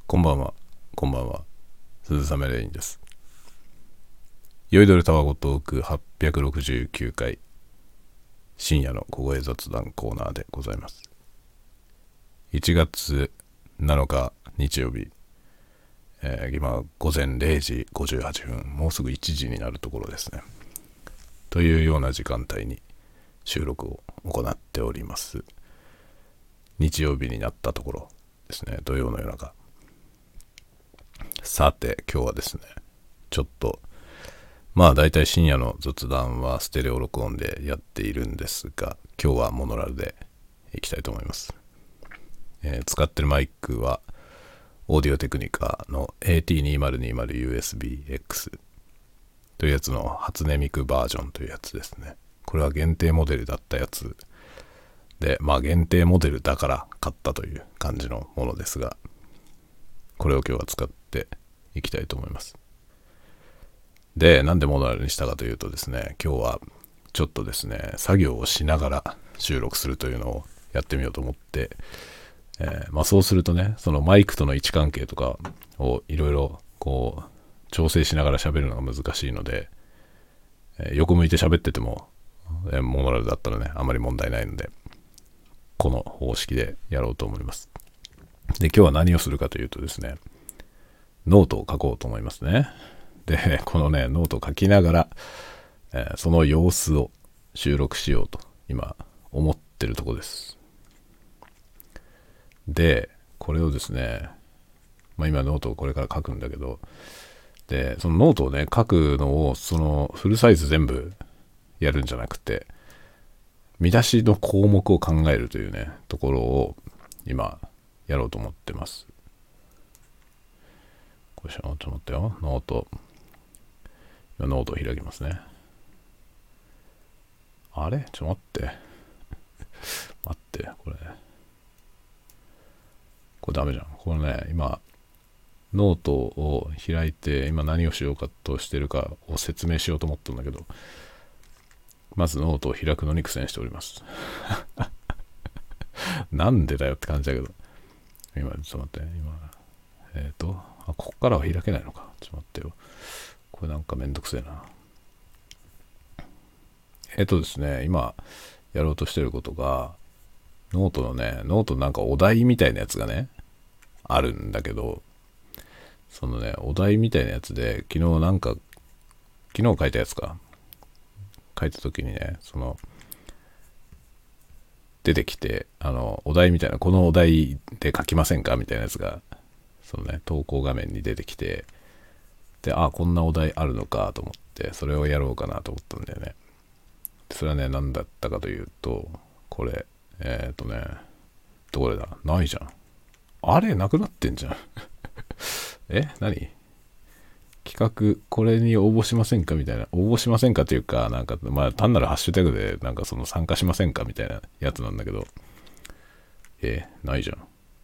こんばんは、鈴雨レインです。酔いどれタワゴトーク869回、深夜の小声雑談コーナーでございます。1月7日日曜日、今午前0時58分、もうすぐ1時になるところですね。というような時間帯に収録を行っております。日曜日になったところですね、土曜の夜中。さて今日はですね、ちょっとだいたい深夜の雑談はステレオ録音でやっているんですが、今日はモノラルでいきたいと思います。使ってるマイクはオーディオテクニカの AT2020USB-X というやつの初音ミクバージョンというやつですね。これは限定モデルだったやつで、限定モデルだから買ったという感じのものですが、これを今日は使っていきたいと思います。で、なんでモノラルにしたかというとですね、今日はちょっとですね、作業をしながら収録するというのをやってみようと思って、そうするとね、そのマイクとの位置関係とかをいろいろこう調整しながら喋るのが難しいので、横向いて喋ってても、モノラルだったらね、あまり問題ないので、この方式でやろうと思います。で、今日は何をするかというとですね、ノートを書こうと思いますね。で、このね、ノートを書きながら、その様子を収録しようと今思ってるところです。で、これをですね、今ノートをこれから書くんだけど、で、そのノートをね、書くのをそのフルサイズ全部やるんじゃなくて、見出しの項目を考えるというね、ところを今やろうと思ってます。これちょっと待ってよ、ノート。今ノートを開きますね。あれちょっと待って。待って、これダメじゃん。これね、今、ノートを開いて、今何をしようかとしてるかを説明しようと思ったんだけど、まずノートを開くのに苦戦しております。なんでだよって感じだけど。今、ちょっと待って、ここからは開けないのか。ちょっと待ってよ。これなんかめんどくせえな。ですね、今やろうとしてることが、ノートなんかお題みたいなやつがね、あるんだけど、そのね、お題みたいなやつで、昨日書いたやつか。書いた時にね、出てきて、お題みたいな、このお題で書きませんかみたいなやつが、投稿画面に出てきて、で、こんなお題あるのかと思って、それをやろうかなと思ったんだよね。それはね、何だったかというと、これ、どれだ？ないじゃん。あれなくなってんじゃん。何？企画、これに応募しませんかみたいな。応募しませんかというか、単なるハッシュタグで、参加しませんかみたいなやつなんだけど、ないじゃん。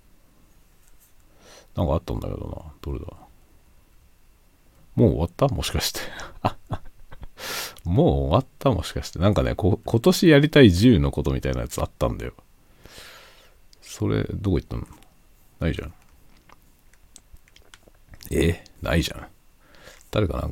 なんかあったんだけどな。どれだ？もう終わった？もしかして。もう終わったもしかして。なんかね、今年やりたい10のことみたいなやつあったんだよ。それ、どこ行ったの？ないじゃん。ないじゃん。誰かが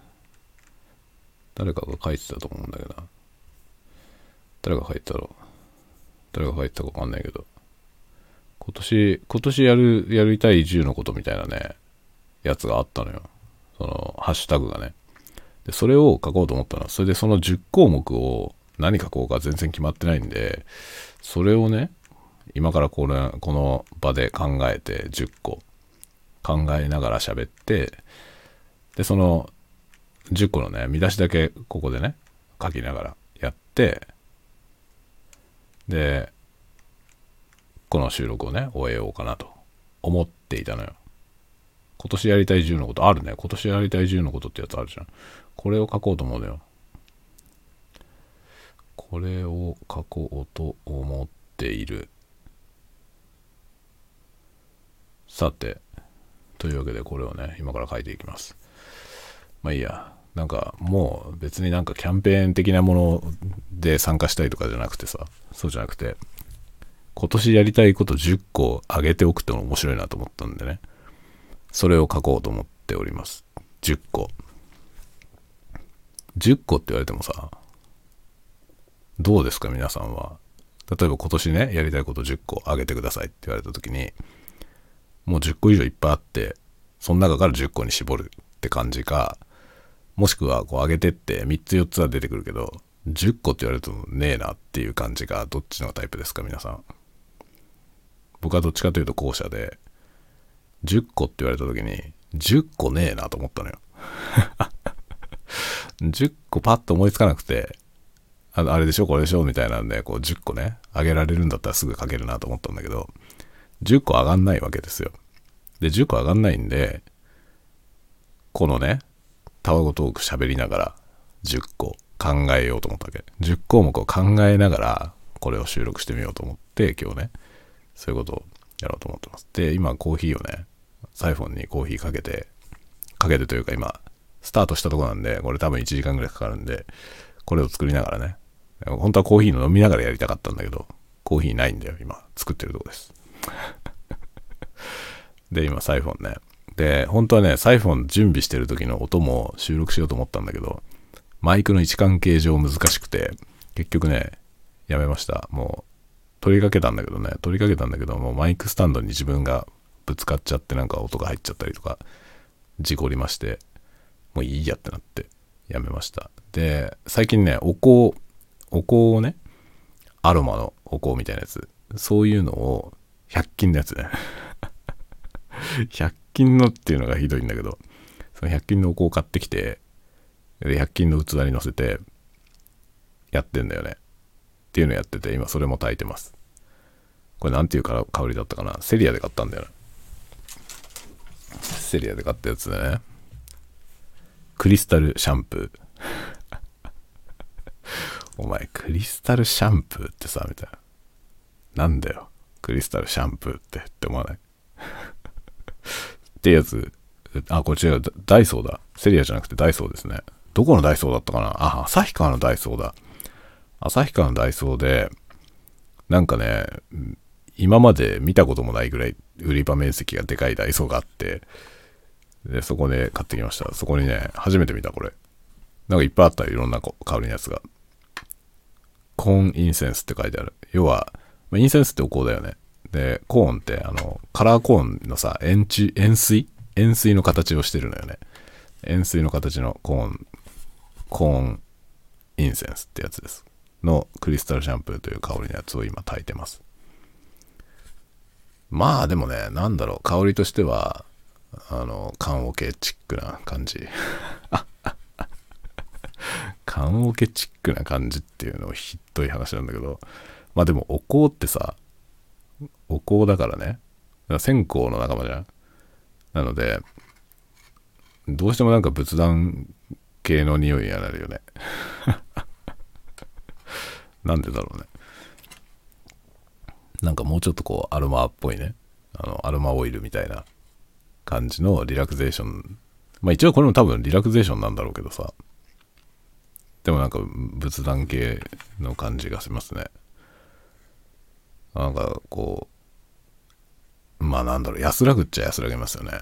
書いてたと思うんだけどな。誰が書いてたかわかんないけど。今年やりたい10のことみたいなね、やつがあったのよ。その、ハッシュタグがね。で、それを書こうと思ったの。それでその10項目を何書こうか全然決まってないんで、それをね、今からこの場で考えて10個考えながら喋って、で、その10個のね、見出しだけここでね、書きながらやって、で、この収録をね、終えようかなと思っていたのよ。今年やりたい10のことあるね。今年やりたい10のことってやつあるじゃん。これを書こうと思うのよ。これを書こうと思っている。さて、というわけでこれをね、今から書いていきます。いいや。もう別にキャンペーン的なもので参加したいとかじゃなくてさ、そうじゃなくて、今年やりたいこと10個上げておくっての面白いなと思ったんでね。 それを書こうと思っております。10個。10個って言われてもさ、どうですか皆さんは。例えば今年ね、やりたいこと10個あげてくださいって言われた時に、もう10個以上いっぱいあって、その中から10個に絞るって感じか、もしくはこう上げてって3つ4つは出てくるけど、10個って言われるとねえなっていう感じが、どっちのタイプですか皆さん。僕はどっちかというと後者で、10個って言われた時に10個ねえなと思ったのよ。10個パッと思いつかなくて、あれでしょこれでしょみたいなんで、こう10個ね上げられるんだったらすぐ書けるなと思ったんだけど、10個上がんないわけですよ。で10個上がんないんで、このねタワゴトーク喋りながら10個考えようと思ったわけ。10項目を考えながらこれを収録してみようと思って、今日ねそういうことをやろうと思ってます。で今コーヒーをね、サイフォンにコーヒーかけてというか、今スタートしたとこなんで、これ多分1時間ぐらいかかるんで、これを作りながらね、本当はコーヒーの飲みながらやりたかったんだけど、コーヒーないんだよ今作ってるとこですで今サイフォンね、で本当はねサイフォン準備してる時の音も収録しようと思ったんだけど、マイクの位置関係上難しくて、結局ねやめました。もう取りかけたんだけどもうマイクスタンドに自分がぶつかっちゃって、なんか音が入っちゃったりとか事故りまして、もういいやってなってやめました。で最近ねお香をね、アロマのお香みたいなやつ、そういうのを100均のやつね100均のっていうのがひどいんだけど、その100均のお香を買ってきて、で100均の器に乗せてやってんだよねっていうのやってて、今それも炊いてます。これなんていう香りだったかな、セリアで買ったんだよな。セリアで買ったやつでね、クリスタルシャンプーお前クリスタルシャンプーってさみたいな、なんだよクリスタルシャンプーって思わないってやつ。あ、これ違う、ダイソーだ。セリアじゃなくてダイソーですね。どこのダイソーだったかなあ、旭川のダイソーだ。旭川のダイソーで、なんかね、今まで見たこともないぐらい売り場面積がでかいダイソーがあって、で、そこで買ってきました。そこにね、初めて見たこれ。なんかいっぱいあったよ、いろんな香りのやつが。コーンインセンスって書いてある。要は、インセンスってお香だよね。で、コーンってカラーコーンのさ、円錐の形をしてるのよね。円錐の形のコーンインセンスってやつですのクリスタルシャンプーという香りのやつを今炊いてます。まあでもね、なんだろう、香りとしては棺桶チックな感じ棺桶チックな感じっていうのをひどい話なんだけど、まあでもお香ってさ、お香だからね、線香の仲間じゃん。なのでどうしてもなんか仏壇系の匂いになるよねなんでだろうね。なんかもうちょっとこうアロマっぽいね、アロマオイルみたいな感じのリラクゼーション、まあ一応これも多分リラクゼーションなんだろうけどさ、でもなんか仏壇系の感じがしますね。なんかこう、まあなんだろう、安らぐっちゃ安らげますよね。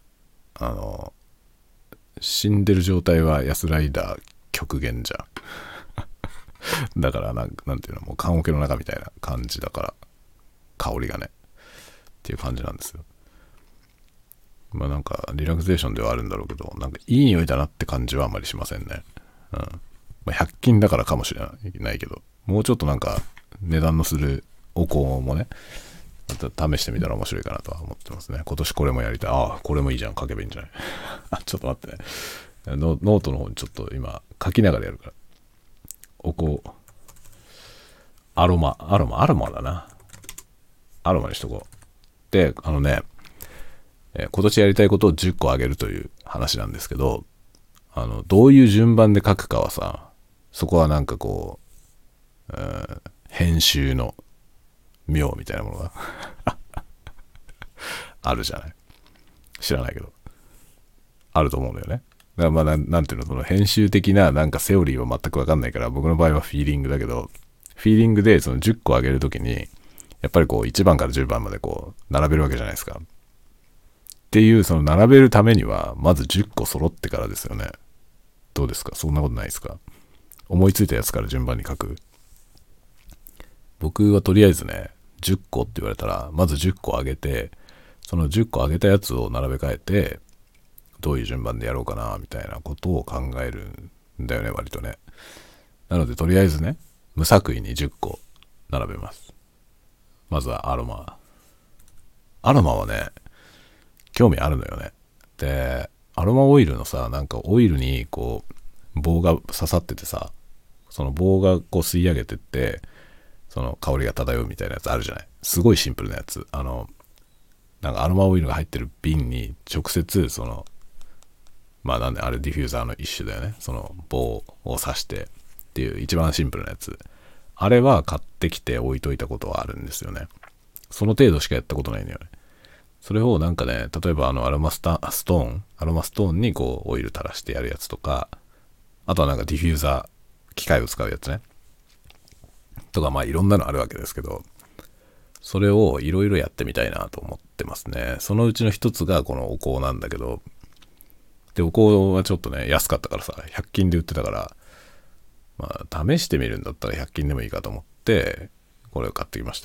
死んでる状態は安らいだ極限じゃんだからなんていうの、もう棺桶の中みたいな感じだから、香りがねっていう感じなんですよ。まあなんかリラクゼーションではあるんだろうけど、なんかいい匂いだなって感じはあんまりしませんね。うん。まあ、100均だからかもしれないけど、もうちょっとなんか値段のするお香もね、試してみたら面白いかなとは思ってますね。今年これもやりたい。ああ、これもいいじゃん。書けばいいんじゃないあ、ちょっと待ってね。ノートの方にちょっと今書きながらやるから。お香。アロマだな。アロマにしとこう。で、今年やりたいことを10個あげるという話なんですけど、どういう順番で書くかはさ、そこはなんかこう、編集の妙みたいなものがあるじゃない。知らないけど。あると思うんだよね。だからまあなんていうの、その編集的ななんかセオリーは全くわかんないから、僕の場合はフィーリングだけど、フィーリングでその10個上げるときに、やっぱりこう1番から10番までこう並べるわけじゃないですか。 ていう、その並べるためにはまず10個揃ってからですよね。どうですか？そんなことないですか？思いついたやつから順番に書く。僕はとりあえずね、10個って言われたらまず10個上げて、その10個上げたやつを並べ替えて、どういう順番でやろうかなみたいなことを考えるんだよね、割とね。なのでとりあえずね、無作為に10個並べます。まずはアロマ。アロマはね、興味あるのよね。で、アロマオイルのさ、なんかオイルにこう棒が刺さっててさ、その棒がこう吸い上げてって、その香りが漂うみたいなやつあるじゃない。すごいシンプルなやつ。なんかアロマオイルが入ってる瓶に直接その、まあなんであれディフューザーの一種だよね。その棒を刺してっていう一番シンプルなやつ。あれは買ってきて置いといたことはあるんですよね。その程度しかやったことないんだよね。それをなんかね、例えばアロマストーンにこうオイル垂らしてやるやつとか、あとはなんかディフューザー、機械を使うやつね。とかまあいろんなのあるわけですけど、それをいろいろやってみたいなと思ってますね。そのうちの一つがこのお香なんだけど、で、お香はちょっとね、安かったからさ、100均で売ってたから、まあ試してみるんだったら100均でもいいかと思って、これを買ってきました。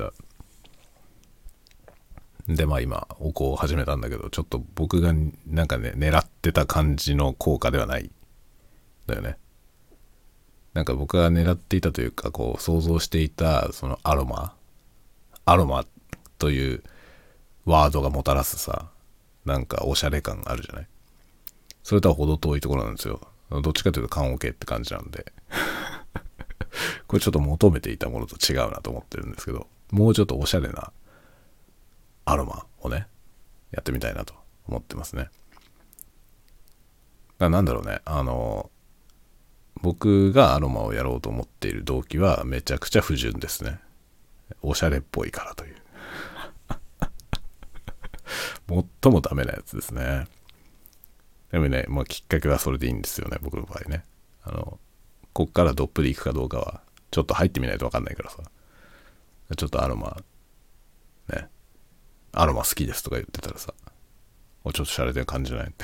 で、まあ今、お香を始めたんだけど、ちょっと僕がなんかね、狙ってた感じの効果ではない。だよね。なんか僕が狙っていたというか、こう想像していた、そのアロマというワードがもたらすさ、なんかおしゃれ感あるじゃない。それとは程遠いところなんですよ。どっちかというと缶オケって感じなんで。これちょっと求めていたものと違うなと思ってるんですけど、もうちょっとおしゃれなアロマをね、やってみたいなと思ってますね。なんだろうね、僕がアロマをやろうと思っている動機はめちゃくちゃ不純ですね。おしゃれっぽいからという。最もダメなやつですね。でもね、まあきっかけはそれでいいんですよね、僕の場合ね。こっからどっぷりいくかどうかは、ちょっと入ってみないと分かんないからさ。ちょっとアロマ好きですとか言ってたらさ、ちょっと洒落てる感じじゃないって。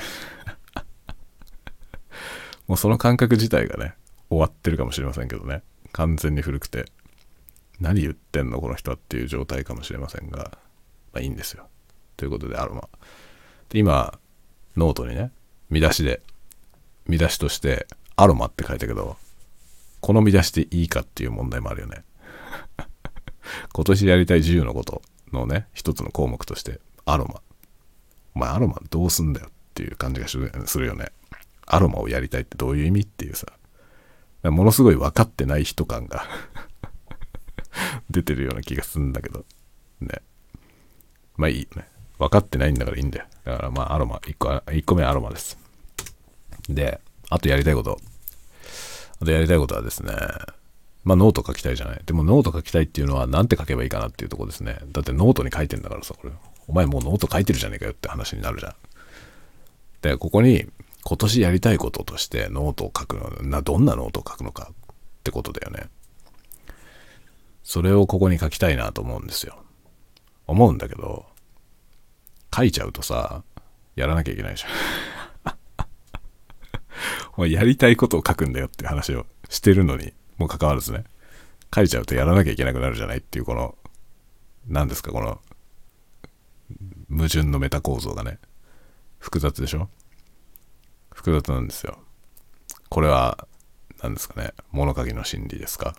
もうその感覚自体がね、終わってるかもしれませんけどね。完全に古くて、何言ってんのこの人はっていう状態かもしれませんが、まあいいんですよ。ということでアロマ。で、今、ノートにね、見出しとしてアロマって書いたけど、この見出しでいいかっていう問題もあるよね。今年やりたい自由のことのね、一つの項目としてアロマ。お前アロマどうすんだよっていう感じがするよね。アロマをやりたいってどういう意味っていうさ、ものすごい分かってない人感が出てるような気がするんだけどね。まあいいよね。分かってないんだからいいんだよ。だからまあアロマ1個目アロマです。で、あとやりたいことはですね、まあノート書きたいじゃない。でもノート書きたいっていうのはなんて書けばいいかなっていうところですね。だってノートに書いてんだからさ、これお前もうノート書いてるじゃねえかよって話になるじゃん。で、ここに今年やりたいこととしてノートを書くの、どんなノートを書くのかってことだよね。それをここに書きたいなと思うんですよ。思うんだけど、書いちゃうとさ、やらなきゃいけないじゃん。お前やりたいことを書くんだよっていう話をしてるのにもかかわらずね、書いちゃうとやらなきゃいけなくなるじゃないっていう、この何ですか、この矛盾のメタ構造がね、複雑でしょ。複雑なんですよ。これは何ですかね、物書きの心理ですか。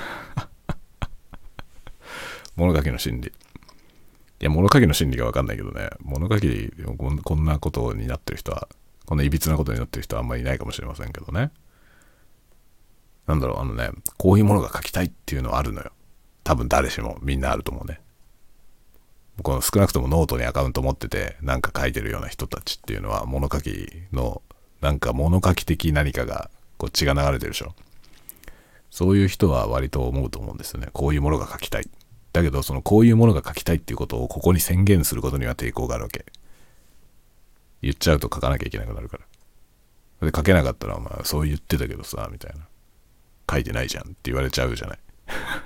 物書きの心理。いや、物書きの心理が分かんないけどね、物書きこんなことになってる人は、こんないびつなことになってる人はあんまりいないかもしれませんけどね。なんだろう、こういうものが書きたいっていうのはあるのよ。多分誰しもみんなあると思うね。この少なくともノートにアカウント持っててなんか書いてるような人たちっていうのは物書きのなんか物書き的何かがこう血が流れてるでしょ。そういう人は割と思うと思うんですよね。こういうものが書きたい。だけどそのこういうものが書きたいっていうことをここに宣言することには抵抗があるわけ。言っちゃうと書かなきゃいけなくなるから。で書けなかったらお前そう言ってたけどさみたいな。書いてないじゃんって言われちゃうじゃない。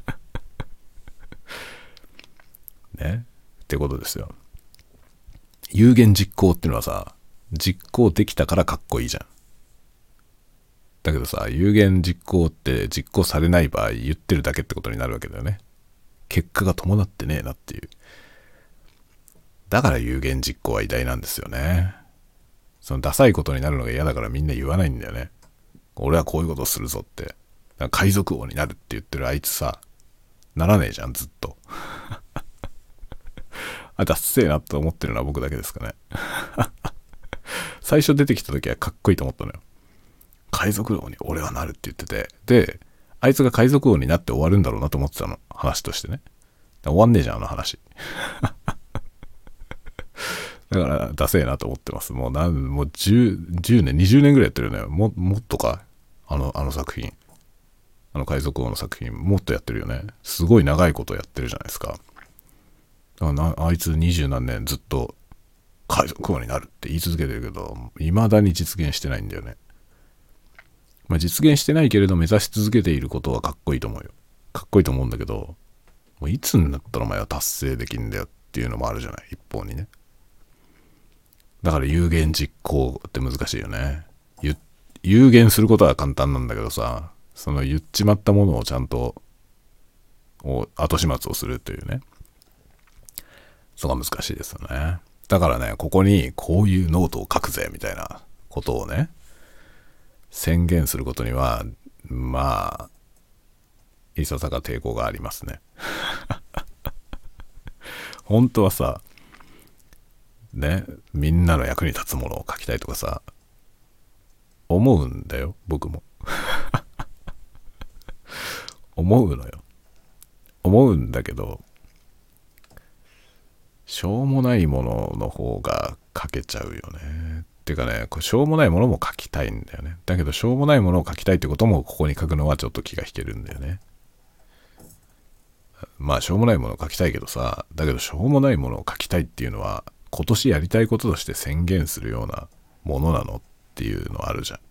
ね。ってことですよ。 有言実行っていうのはさ、実行できたからかっこいいじゃん。だけどさ、有言実行って実行されない場合言ってるだけってことになるわけだよね。結果が伴ってねえなっていう。だから有言実行は偉大なんですよね。そのダサいことになるのが嫌だからみんな言わないんだよね。俺はこういうことをするぞって。海賊王になるって言ってるあいつさ、ならねえじゃんずっと。あ、ダッセーなと思ってるのは僕だけですかね。最初出てきた時はかっこいいと思ったのよ。海賊王に俺はなるって言ってて、であいつが海賊王になって終わるんだろうなと思ってたの、話としてね。終わんねえじゃんあの話。だからダセえなと思ってます。もう10年20年ぐらいやってるのよ。もっとか、あの作品、あの海賊王の作品もっとやってるよね。すごい長いことやってるじゃないですか。だからあいつ20何年ずっと海賊王になるって言い続けてるけど、未だに実現してないんだよね。まあ、実現してないけれど目指し続けていることはかっこいいと思うよ。かっこいいと思うんだけど、もういつになったらお前は達成できんだよっていうのもあるじゃない、一方にね。だから有言実行って難しいよね。有言することは簡単なんだけどさ、その言っちまったものをちゃんと後始末をするというね、そこが難しいですよね。だからね、ここにこういうノートを書くぜみたいなことをね宣言することにはまあいささか抵抗がありますね。本当はさね、みんなの役に立つものを書きたいとかさ思うんだよ、僕も。思うのよ。思うんだけど、しょうもないものの方が書けちゃうよね。っていうかね、しょうもないものも書きたいんだよね。だけどしょうもないものを書きたいってこともここに書くのはちょっと気が引けるんだよね。まあしょうもないものを書きたいけどさ、だけどしょうもないものを書きたいっていうのは今年やりたいこととして宣言するようなものなのっていうのあるじゃん。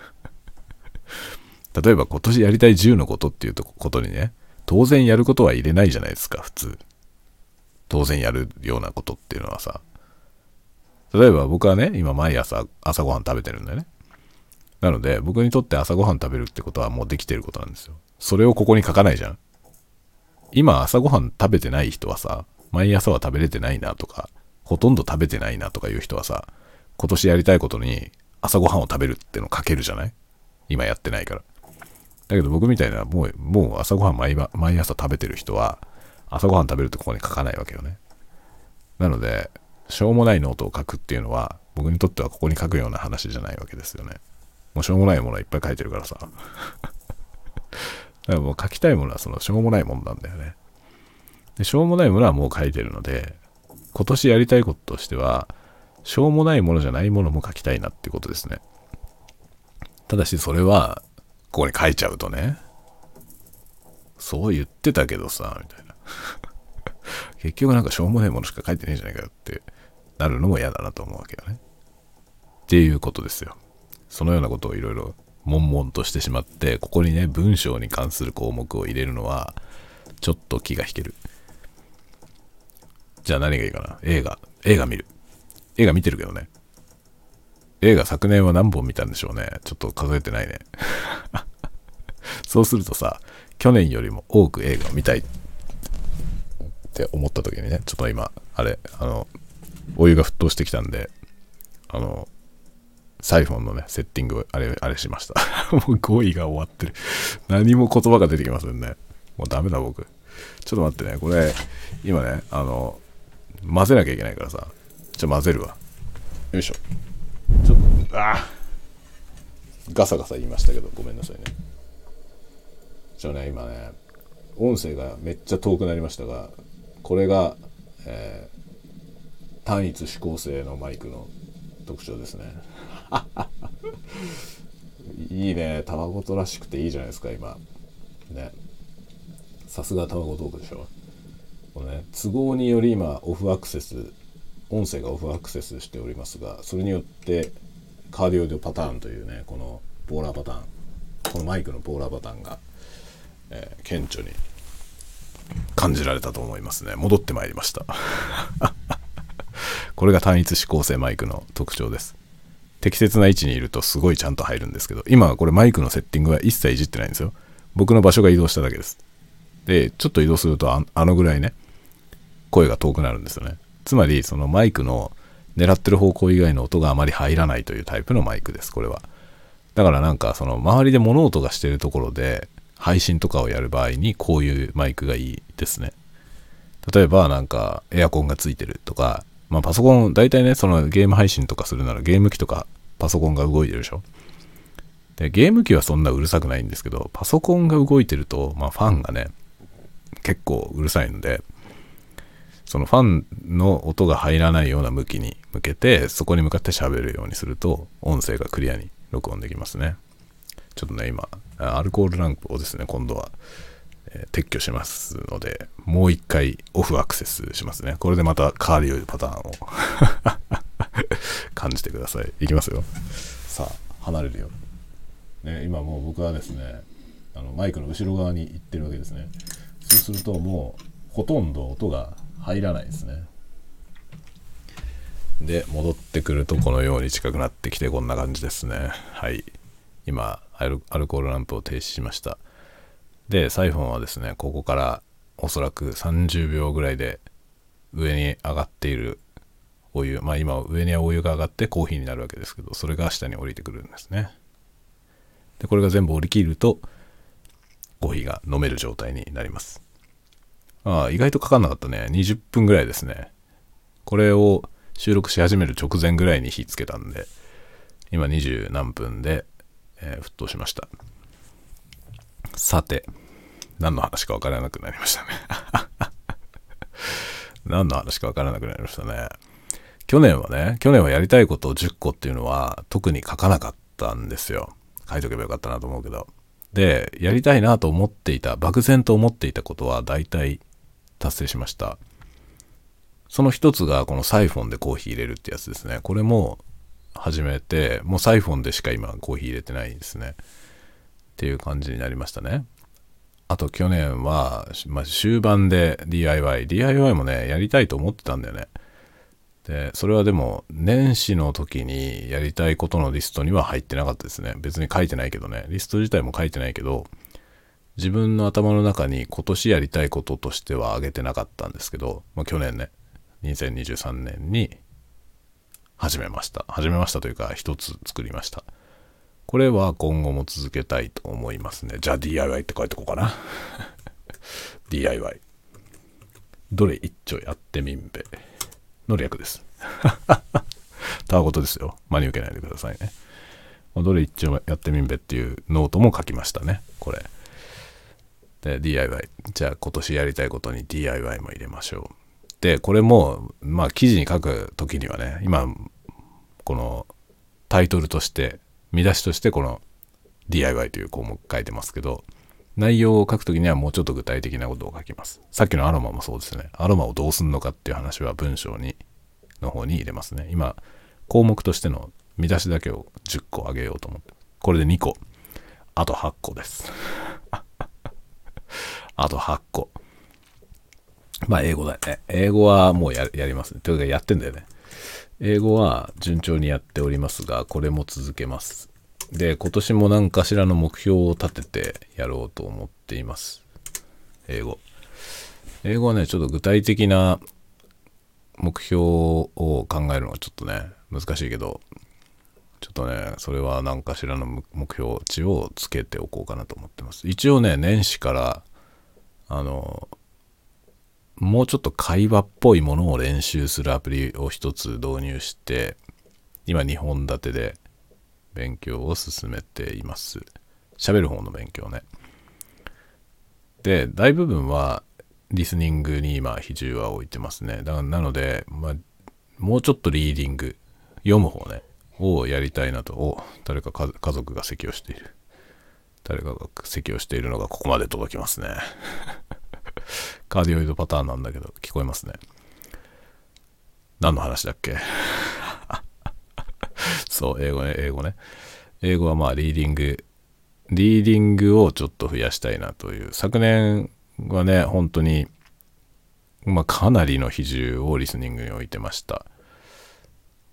例えば今年やりたい10のことっていうことにね、当然やることは入れないじゃないですか、普通。当然やるようなことっていうのはさ、例えば僕はね、今毎朝朝ごはん食べてるんだよね。なので僕にとって朝ごはん食べるってことはもうできてることなんですよ。それをここに書かないじゃん。今朝ごはん食べてない人はさ、毎朝は食べれてないなとか、ほとんど食べてないなとかいう人はさ、今年やりたいことに朝ごはんを食べるってのを書けるじゃない、今やってないから。だけど僕みたいなもう朝ごはん毎朝食べてる人は朝ごはん食べるってここに書かないわけよね。なのでしょうもないノートを書くっていうのは僕にとってはここに書くような話じゃないわけですよね。もうしょうもないものはいっぱい書いてるからさ。だからもう書きたいものはそのしょうもないものなんだよね。でしょうもないものはもう書いてるので、今年やりたいこととしてはしょうもないものじゃないものも書きたいなっていうことですね。ただしそれはここに書いちゃうとね、そう言ってたけどさみたいな結局なんかしょうもないものしか書いてねえじゃないかよってなるのも嫌だなと思うわけよね。っていうことですよ。そのようなことをいろいろ悶々としてしまって、ここにね文章に関する項目を入れるのはちょっと気が引ける。じゃあ何がいいかな。映画見る。映画見てるけどね。映画昨年は何本見たんでしょうね。ちょっと数えてないね。そうするとさ、去年よりも多く映画を見たいって思った時にね、ちょっと今お湯が沸騰してきたんで、サイフォンのねセッティングをあれしました。もう語彙が終わってる。何も言葉が出てきませんね。もうダメだ僕。ちょっと待ってね、これ今ね混ぜなきゃいけないからさ、混ぜるわ。よいしょ。ちょっとガサガサ言いましたけどごめんなさいね。今ね音声がめっちゃ遠くなりましたが、これが、単一指向性のマイクの特徴ですね。いいね、たわごとらしくていいじゃないですか今ね。さすがたわごトークでしょ。これね、都合により今音声がオフアクセスしておりますが、それによってカーディオイドパターンというね、このポーラーパターン、このマイクのポーラーパターンが、顕著に感じられたと思いますね。戻ってまいりました。 これが単一指向性マイクの特徴です。適切な位置にいるとすごいちゃんと入るんですけど、今はこれマイクのセッティングは一切いじってないんですよ。僕の場所が移動しただけです。でちょっと移動するとあのぐらいね声が遠くなるんですよね。つまりそのマイクの狙ってる方向以外の音があまり入らないというタイプのマイクです。これはだからなんかその周りで物音がしているところで配信とかをやる場合にこういうマイクがいいですね。例えばなんかエアコンがついてるとか、まあパソコン大体ねそのゲーム配信とかするならゲーム機とかパソコンが動いてるでしょ。でゲーム機はそんなうるさくないんですけど、パソコンが動いてるとまあファンがね結構うるさいので、そのファンの音が入らないような向きに向けてそこに向かって喋るようにすると音声がクリアに録音できますね。ちょっとね今アルコールランプをですね今度は、撤去しますのでもう一回オフアクセスしますね。これでまた変わるようパターンを感じてください。いきますよ。さあ離れるよ、ね、今もう僕はですねマイクの後ろ側に行ってるわけですね。そうするともうほとんど音が入らないですね。で戻ってくるとこのように近くなってきてこんな感じですね。はい、今アルコールランプを停止しました。でサイフォンはですねここからおそらく30秒ぐらいで上に上がっているお湯、まあ今上にお湯が上がってコーヒーになるわけですけど、それが下に降りてくるんですね。でこれが全部降り切るとコーヒーが飲める状態になります。意外とかかんなかったね。20分ぐらいですね。これを収録し始める直前ぐらいに火つけたんで今20何分で、沸騰しました。さて何の話か分からなくなりましたね何の話か分からなくなりましたね。去年はやりたいことを10個っていうのは特に書かなかったんですよ。書いとけばよかったなと思うけど、でやりたいなと思っていた漠然と思っていたことは大体達成しました。その一つがこのサイフォンでコーヒー入れるってやつですね。これも始めてもうサイフォンでしか今コーヒー入れてないですねっていう感じになりましたね。あと去年は、終盤で DIY もねやりたいと思ってたんだよね。でそれはでも年始の時にやりたいことのリストには入ってなかったですね。別に書いてないけどね、リスト自体も書いてないけど自分の頭の中に今年やりたいこととしては挙げてなかったんですけど、去年ね2023年に始めましたというか一つ作りました。これは今後も続けたいと思いますね。じゃあ DIY って書いておこうかなDIY どれ一丁やってみんべの略ですたわごとですよ。真に受けないでくださいね。どれ一丁やってみんべっていうノートも書きましたね。これで DIY、 じゃあ今年やりたいことに DIY も入れましょう。でこれも記事に書くときにはね今このタイトルとして見出しとしてこの DIY という項目書いてますけど、内容を書くときにはもうちょっと具体的なことを書きます。さっきのアロマもそうですね。アロマをどうすんのかっていう話は文章の方に入れますね。今項目としての見出しだけを10個あげようと思って、これで2個、あと8個ですあと8個。英語だね。英語はもうやりますね。というかやってんだよね。英語は順調にやっておりますが、これも続けます。で、今年も何かしらの目標を立ててやろうと思っています。英語はね、ちょっと具体的な目標を考えるのがちょっとね、難しいけど、ちょっとね、それは何かしらの目標値をつけておこうかなと思ってます。一応ね、年始からもうちょっと会話っぽいものを練習するアプリを一つ導入して、今2本立てで勉強を進めています。喋る方の勉強ね。で、大部分はリスニングに今比重は置いてますね。なので、もうちょっとリーディング、読む方ね、をやりたいなと。誰か家族が咳をしている。誰かが咳をしているのがここまで届きますね。カーディオイドパターンなんだけど聞こえますね。何の話だっけそう、英語ね。英語はリーディングをちょっと増やしたいなという。昨年はね、本当にかなりの比重をリスニングに置いてました。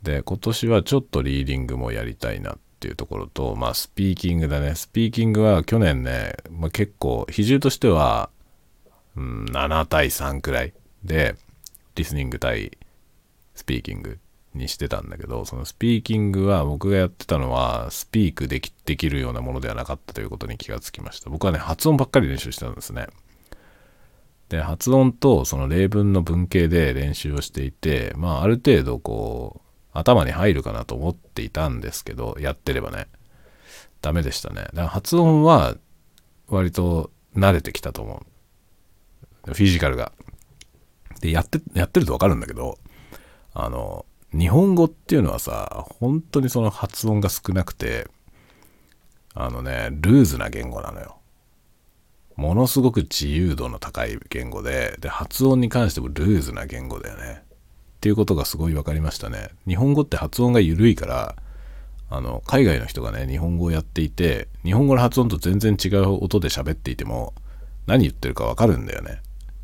で、今年はちょっとリーディングもやりたいなっていうところと、まあスピーキングだね。スピーキングは去年ね、結構比重としては、7対3くらいで、リスニング対スピーキングにしてたんだけど、そのスピーキングは僕がやってたのはスピークできるようなものではなかったということに気がつきました。僕はね、発音ばっかり練習してたんですね。で、発音とその例文の文系で練習をしていて、まあある程度こう頭に入るかなと思っていたんですけど、やってればね、ダメでしたね。だから発音は割と慣れてきたと思う。フィジカルが。で、やってるとわかるんだけど、日本語っていうのはさ、本当にその発音が少なくて、ルーズな言語なのよ。ものすごく自由度の高い言語で、発音に関してもルーズな言語だよね。っていうことがすごい分かりましたね。日本語って発音が緩いから、海外の人がね、日本語をやっていて、日本語の発音と全然違う音で喋っていても、何言ってるか分かるんだよね。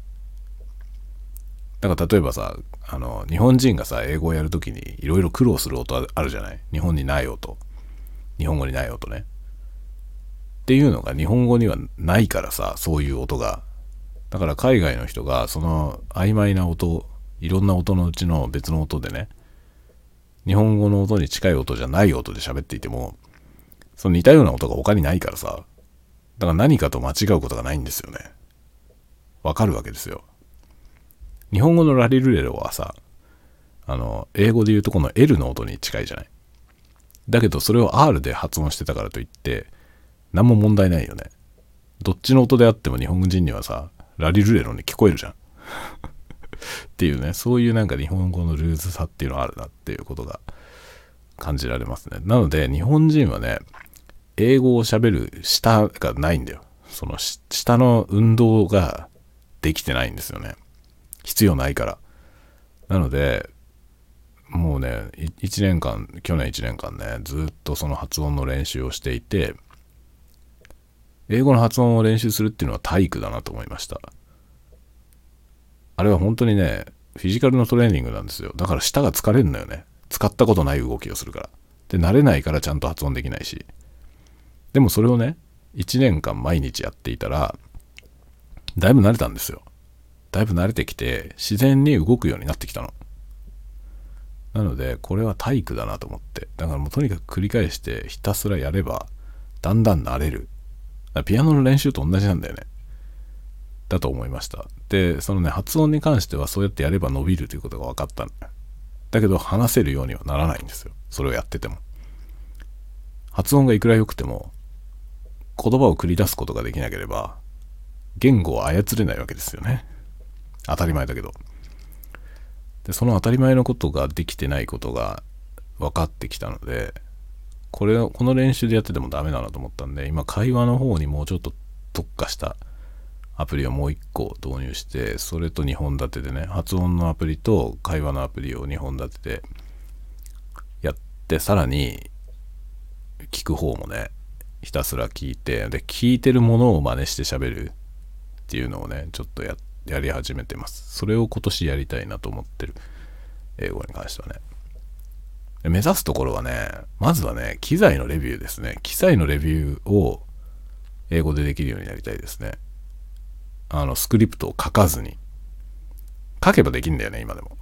だから例えばさ、日本人がさ、英語をやるときにいろいろ苦労する音あるじゃない？日本にない音。日本語にない音ね。っていうのが日本語にはないからさ、そういう音が。だから海外の人がその曖昧な音、いろんな音のうちの別の音でね、日本語の音に近い音じゃない音で喋っていても、その似たような音が他にないからさ、だから何かと間違うことがないんですよね。わかるわけですよ。日本語のラリルレロはさ、英語で言うとこの L の音に近いじゃない。だけどそれを R で発音してたからといって何も問題ないよね。どっちの音であっても日本人にはさ、ラリルレロに聞こえるじゃんっていうね、そういうなんか日本語のルーズさっていうのはあるなっていうことが感じられますね。なので日本人はね、英語を喋る舌がないんだよ。その舌の運動ができてないんですよね。必要ないから。なのでもうね、去年1年間ね、ずっとその発音の練習をしていて、英語の発音を練習するっていうのは体育だなと思いました。あれは本当にね、フィジカルのトレーニングなんですよ。だから舌が疲れるんだよね。使ったことない動きをするから。で、慣れないからちゃんと発音できないし。でもそれをね、1年間毎日やっていたら、だいぶ慣れたんですよ。だいぶ慣れてきて、自然に動くようになってきたの。なので、これは体育だなと思って。だからもうとにかく繰り返してひたすらやれば、だんだん慣れる。ピアノの練習と同じなんだよね。だと思いました。で、そのね、発音に関してはそうやってやれば伸びるということが分かったんだ。だけど話せるようにはならないんですよ。それをやってても。発音がいくら良くても、言葉を繰り出すことができなければ、言語を操れないわけですよね。当たり前だけど。で、その当たり前のことができてないことが分かってきたので、この練習でやっててもダメだなと思ったんで、今会話の方にもうちょっと特化したアプリをもう一個導入して、それと2本立てでね、発音のアプリと会話のアプリを2本立ててやって、さらに聞く方もね、ひたすら聞いて、で、聞いてるものを真似して喋るっていうのをね、ちょっとやり始めてます。それを今年やりたいなと思ってる。英語に関してはね。目指すところはね、まずはね、機材のレビューですね。機材のレビューを英語でできるようになりたいですね。スクリプトを書かずに。書けばできんだよね、今でも。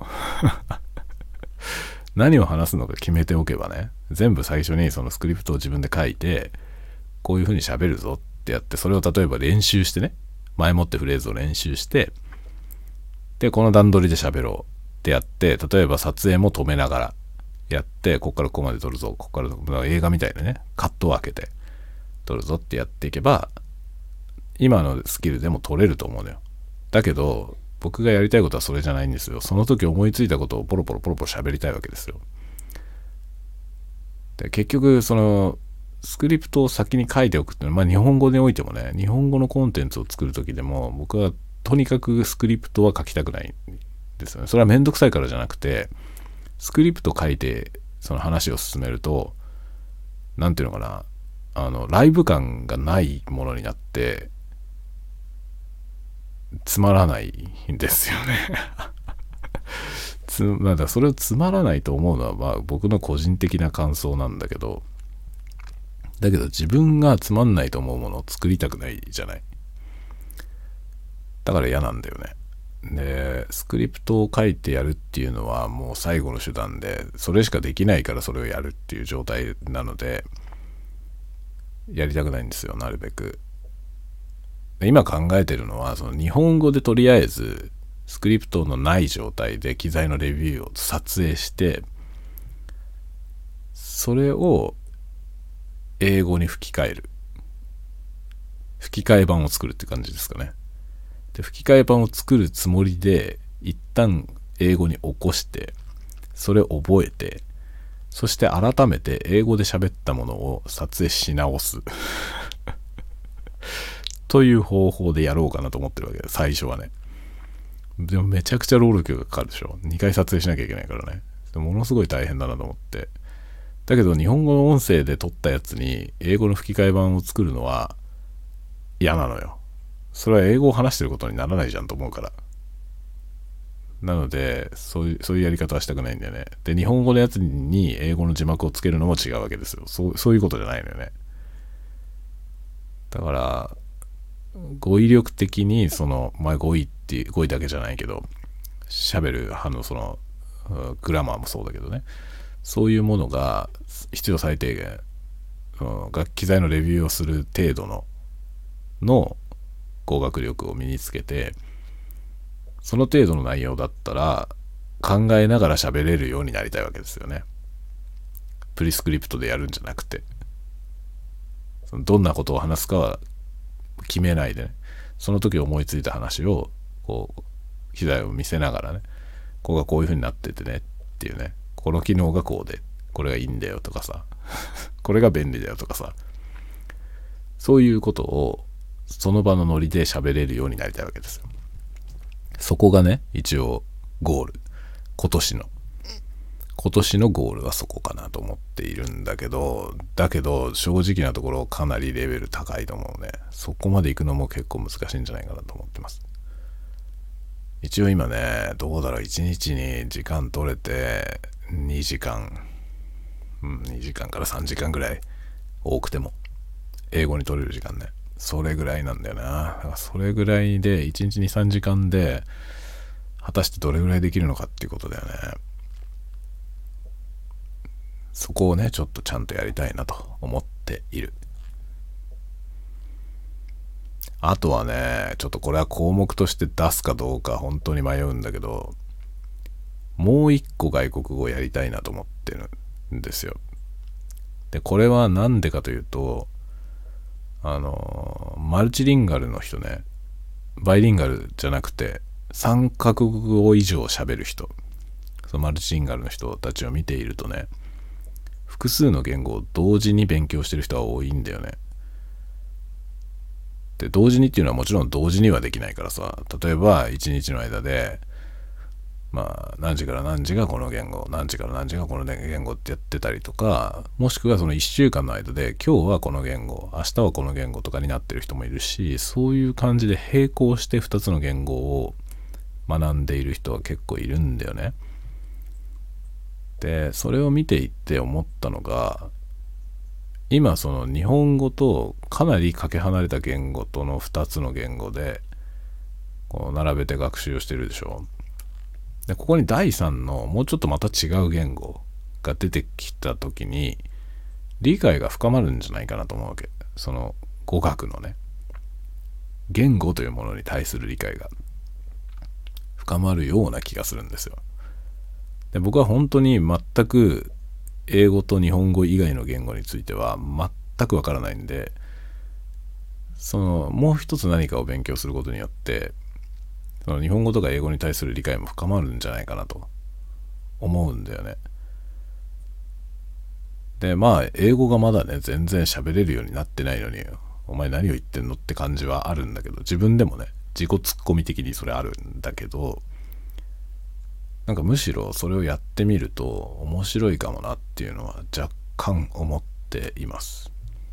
何を話すのか決めておけばね、全部最初にそのスクリプトを自分で書いて、こういう風に喋るぞってやって、それを例えば練習してね、前もってフレーズを練習して、で、この段取りで喋ろうってやって、例えば撮影も止めながらやって、ここからここまで撮るぞ、ここから映画みたいなね、カットを開けて撮るぞってやっていけば、今のスキルでも撮れると思うのよ。だけど、僕がやりたいことはそれじゃないんですよ。その時思いついたことをポロポロ喋りたいわけですよ。で、結局、その、スクリプトを先に書いておくっていうのは、日本語においてもね、日本語のコンテンツを作る時でも、僕はとにかくスクリプトは書きたくないんですよね。それはめんどくさいからじゃなくて、スクリプト書いて、その話を進めると、なんていうのかな、ライブ感がないものになって、つまらないんですよね。つまあ、だからそれをつまらないと思うのはまあ僕の個人的な感想なんだけど、自分がつまんないと思うものを作りたくないじゃない。だから嫌なんだよね。で、スクリプトを書いてやるっていうのはもう最後の手段で、それしかできないからそれをやるっていう状態なので、やりたくないんですよ、なるべく。で今考えてるのは、その日本語でとりあえずスクリプトのない状態で機材のレビューを撮影して、それを英語に吹き替える。吹き替え版を作るって感じですかね。で、吹き替え版を作るつもりで、一旦英語に起こして、それを覚えて、そして改めて英語で喋ったものを撮影し直す。という方法でやろうかなと思ってるわけで、最初はね。でもめちゃくちゃ労力がかかるでしょ。2回撮影しなきゃいけないからね。ものすごい大変だなと思って。だけど日本語の音声で撮ったやつに英語の吹き替え版を作るのは嫌なのよ。それは英語を話してることにならないじゃんと思うから。なのでそういうやり方はしたくないんだよね。で、日本語のやつに英語の字幕をつけるのも違うわけですよ。そういうことじゃないのよね。だから語彙力的に語彙だけじゃないけど、喋るそのグラマーもそうだけどね、そういうものが必要最低限、楽器材のレビューをする程度の語学力を身につけて、その程度の内容だったら考えながら喋れるようになりたいわけですよね。プリスクリプトでやるんじゃなくて、どんなことを話すかは決めないでね、その時思いついた話をこう機材を見せながらね、ここがこういう風になっててねっていうね、この機能がこうでこれがいいんだよとかさこれが便利だよとかさ、そういうことをその場のノリで喋れるようになりたいわけですよ。そこがね、一応ゴール、今年のゴールはそこかなと思っているんだけど、正直なところかなりレベル高いと思うね。そこまで行くのも結構難しいんじゃないかなと思ってます。一応今ね、どうだろう、1日に時間取れて2時間から3時間ぐらい、多くても英語に取れる時間ね、それぐらいなんだよな。だからそれぐらいで1日に3時間で果たしてどれぐらいできるのかっていうことだよね。そこをね、ちょっとちゃんとやりたいなと思っている。あとはね、ちょっとこれは項目として出すかどうか本当に迷うんだけど、もう一個外国語をやりたいなと思ってるんですよ。で、これはなんでかというと、マルチリンガルの人ね、バイリンガルじゃなくて3カ国語以上喋る人、そのマルチリンガルの人たちを見ているとね、複数の言語を同時に勉強してる人は多いんだよね。で、同時にっていうのはもちろん同時にはできないからさ、例えば1日の間で何時から何時がこの言語、何時から何時がこの言語ってやってたりとか、もしくはその1週間の間で今日はこの言語、明日はこの言語とかになってる人もいるし、そういう感じで並行して2つの言語を学んでいる人は結構いるんだよね。で、それを見ていって思ったのが、今その日本語とかなりかけ離れた言語との2つの言語でこう並べて学習をしてるでしょ。で、ここに第3のもうちょっとまた違う言語が出てきた時に理解が深まるんじゃないかなと思うわけ。その語学のね、言語というものに対する理解が深まるような気がするんですよ。で、僕は本当に全く英語と日本語以外の言語については全くわからないんで、もう一つ何かを勉強することによってその日本語とか英語に対する理解も深まるんじゃないかなと思うんだよね。で、英語がまだね全然喋れるようになってないのに、お前何を言ってんのって感じはあるんだけど、自分でもね自己ツッコミ的にそれあるんだけど、なんかむしろそれをやってみると面白いかもなっていうのは若干思っています。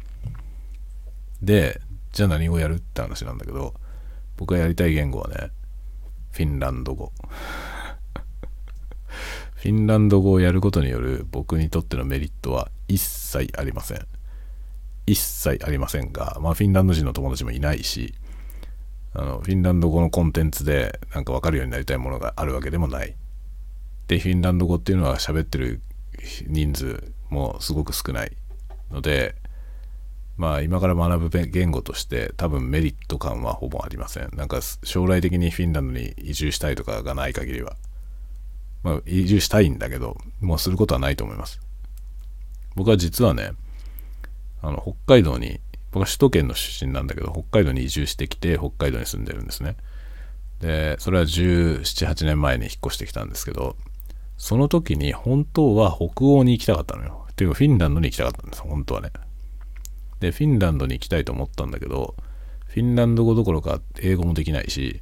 で、じゃあ何語やるって話なんだけど、僕がやりたい言語はね、フィンランド語フィンランド語をやることによる僕にとってのメリットは一切ありません。一切ありませんが、フィンランド人の友達もいないし、フィンランド語のコンテンツでなんか分かるようになりたいものがあるわけでもない。で、フィンランド語っていうのは喋ってる人数もすごく少ないので、今から学ぶ言語として多分メリット感はほぼありません。なんか将来的にフィンランドに移住したいとかがない限りは、移住したいんだけど、もうすることはないと思います。僕は実はね、北海道に、僕は首都圏の出身なんだけど、北海道に移住してきて、北海道に住んでるんですね。で、それは17、8年前に引っ越してきたんですけど、その時に本当は北欧に行きたかったのよ。っていうかフィンランドに行きたかったんです、本当はね。で、フィンランドに行きたいと思ったんだけど、フィンランド語どころか英語もできないし、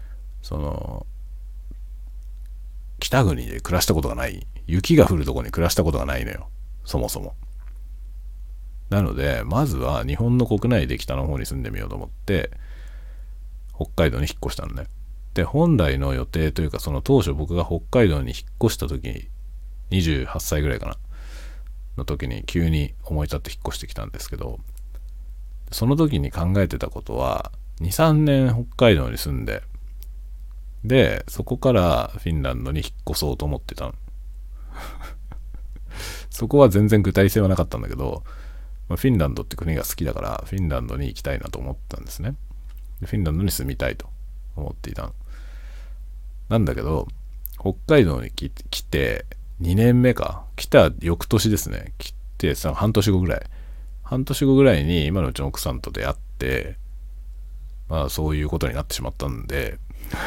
北国で暮らしたことがない、雪が降るところに暮らしたことがないのよ、そもそも。なので、まずは日本の国内で北の方に住んでみようと思って、北海道に引っ越したのね。で、本来の予定というか、その当初僕が北海道に引っ越した時に、28歳ぐらいかな、の時に急に思い立って引っ越してきたんですけど、その時に考えてたことは、2、3年北海道に住んで、で、そこからフィンランドに引っ越そうと思ってたの。そこは全然具体性はなかったんだけど、フィンランドって国が好きだからフィンランドに行きたいなと思ったんですね。でフィンランドに住みたいと思っていたの。なんだけど、北海道に来て2年目か、来た翌年ですね。来て半年後ぐらいに今のうちの奥さんと出会って、そういうことになってしまったんで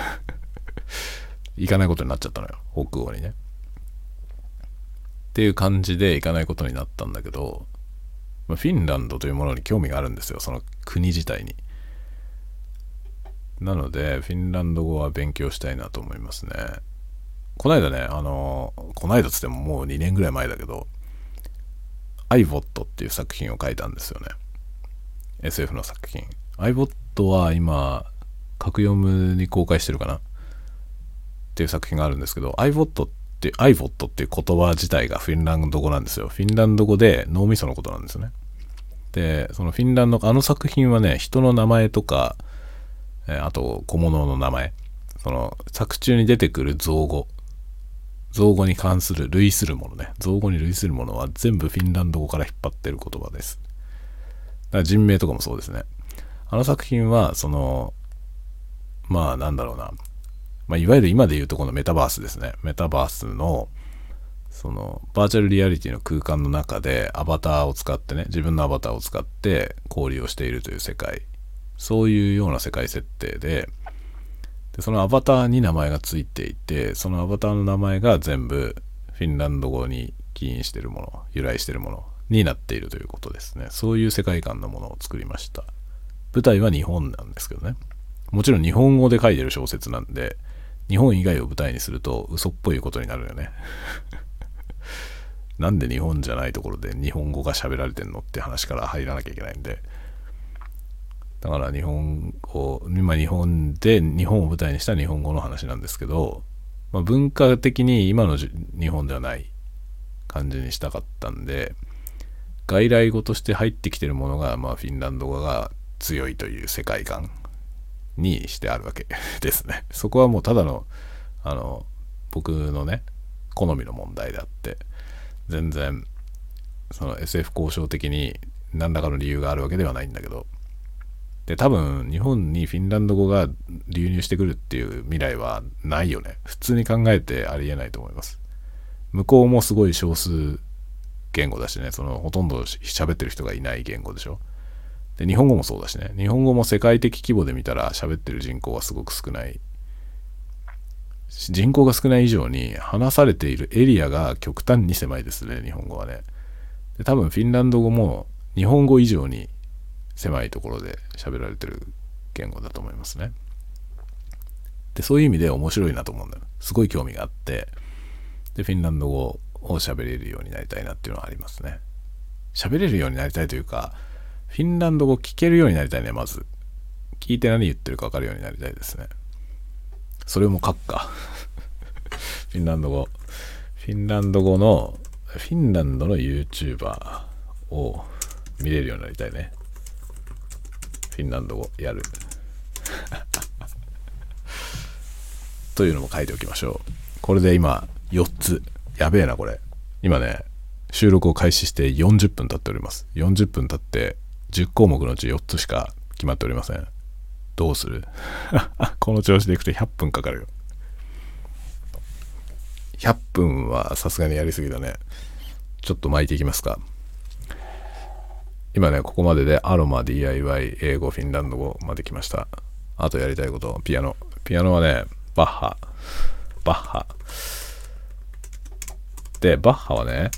行かないことになっちゃったのよ、北欧にね。っていう感じで行かないことになったんだけど、フィンランドというものに興味があるんですよ、その国自体に。なのでフィンランド語は勉強したいなと思いますね。この間ね、この間つってももう2年ぐらい前だけど、アイボットっていう作品を書いたんですよね。SF の作品。アイボットは今格読むに公開してるかなっていう作品があるんですけど、アイボットっていう言葉自体がフィンランド語なんですよ。フィンランド語で脳みそのことなんですよね。で、そのフィンランド、作品はね、人の名前とか、あと小物の名前、その作中に出てくる造語に関する類するものね、造語に類するものは全部フィンランド語から引っ張ってる言葉です。だから人名とかもそうですね。作品はなんだろうな、いわゆる今でいうとこのメタバースですね。メタバースのそのバーチャルリアリティの空間の中でアバターを使ってね、自分のアバターを使って交流をしているという世界、そういうような世界設定で、そのアバターに名前がついていて、そのアバターの名前が全部フィンランド語に起因しているもの、由来しているものになっているということですね。そういう世界観のものを作りました。舞台は日本なんですけどね。もちろん日本語で書いてる小説なんで、日本以外を舞台にすると嘘っぽいことになるよね。なんで日本じゃないところで日本語が喋られてんのって話から入らなきゃいけないんで、だから日本を舞台にした日本語の話なんですけど、文化的に今の日本ではない感じにしたかったんで、外来語として入ってきてるものが、フィンランド語が強いという世界観にしてあるわけですね。そこはもうただの僕のね好みの問題であって、全然その SF 交渉的に何らかの理由があるわけではないんだけど、で多分日本にフィンランド語が流入してくるっていう未来はないよね。普通に考えてありえないと思います。向こうもすごい少数言語だしね、そのほとんど喋ってる人がいない言語でしょ。で日本語もそうだしね、日本語も世界的規模で見たら喋ってる人口はすごく少ない。人口が少ない以上に話されているエリアが極端に狭いですね、日本語はね。で多分フィンランド語も日本語以上に狭いところで喋られてる言語だと思いますね。でそういう意味で面白いなと思うんだよ。すごい興味があって、でフィンランド語を喋れるようになりたいなっていうのはありますね。喋れるようになりたいというか、フィンランド語聞けるようになりたいね。まず聞いて何言ってるか分かるようになりたいですね。それも書くか。フィンランド語フィンランドの YouTuber を見れるようになりたいね。フィンランド語やるというのも書いておきましょう。これで今4つ。やべえなこれ。今ね収録を開始して40分経っております。40分経って10項目のうち4つしか決まっておりません。どうするこの調子でいくと100分かかるよ。100分はさすがにやりすぎだね。ちょっと巻いていきますか。今ねここまででアロマ DIY 英語フィンランド語まで来ました。あとやりたいことピアノはねバッハでバッハはね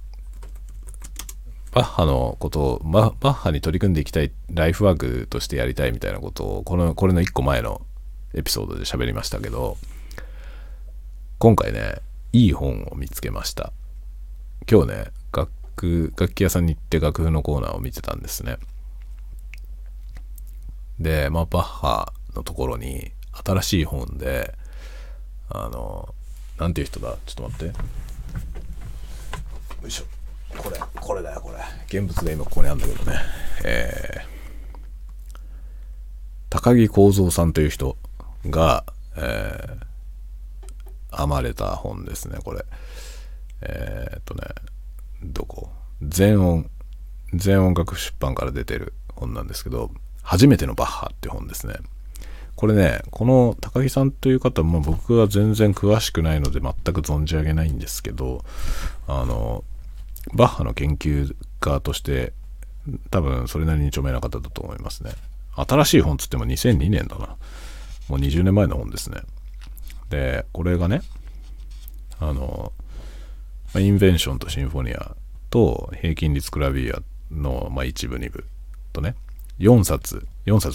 バッハのことをバッハに取り組んでいきたいライフワークとしてやりたいみたいなことをこれの1個前のエピソードで喋りましたけど、今回ねいい本を見つけました。今日ね楽器屋さんに行って楽譜のコーナーを見てたんですね。でバッハのところに新しい本でなんていう人だ、ちょっと待って、よいしょ、これだよこれ。現物で今ここにあるんだけどね、高木幸三さんという人が、編まれた本ですねこれ。どこ、全音楽出版から出てる本なんですけど、初めてのバッハっていう本ですね。これね、この高木さんという方も僕は全然詳しくないので全く存じ上げないんですけど、バッハの研究家として多分それなりに著名な方だと思いますね。新しい本つっても2002年だな。もう20年前の本ですね。で、これがね、インベンションとシンフォニアと平均率クラビアの、1部2部とね、3冊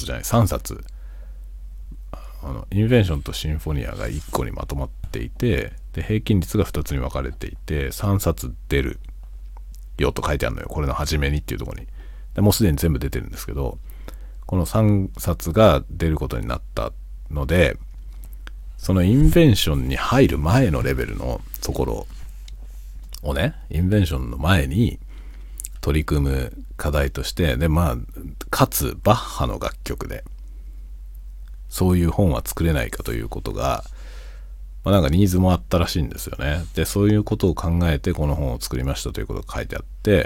インベンションとシンフォニアが1個にまとまっていて、で平均率が2つに分かれていて3冊出るよと書いてあるのよ、これの初めにっていうところに。でもうすでに全部出てるんですけど、この3冊が出ることになったので、そのインベンションに入る前のレベルのところをね、インベンションの前に取り組む課題として、でかつバッハの楽曲でそういう本は作れないかということが、なんかニーズもあったらしいんですよね。でそういうことを考えてこの本を作りましたということが書いてあって、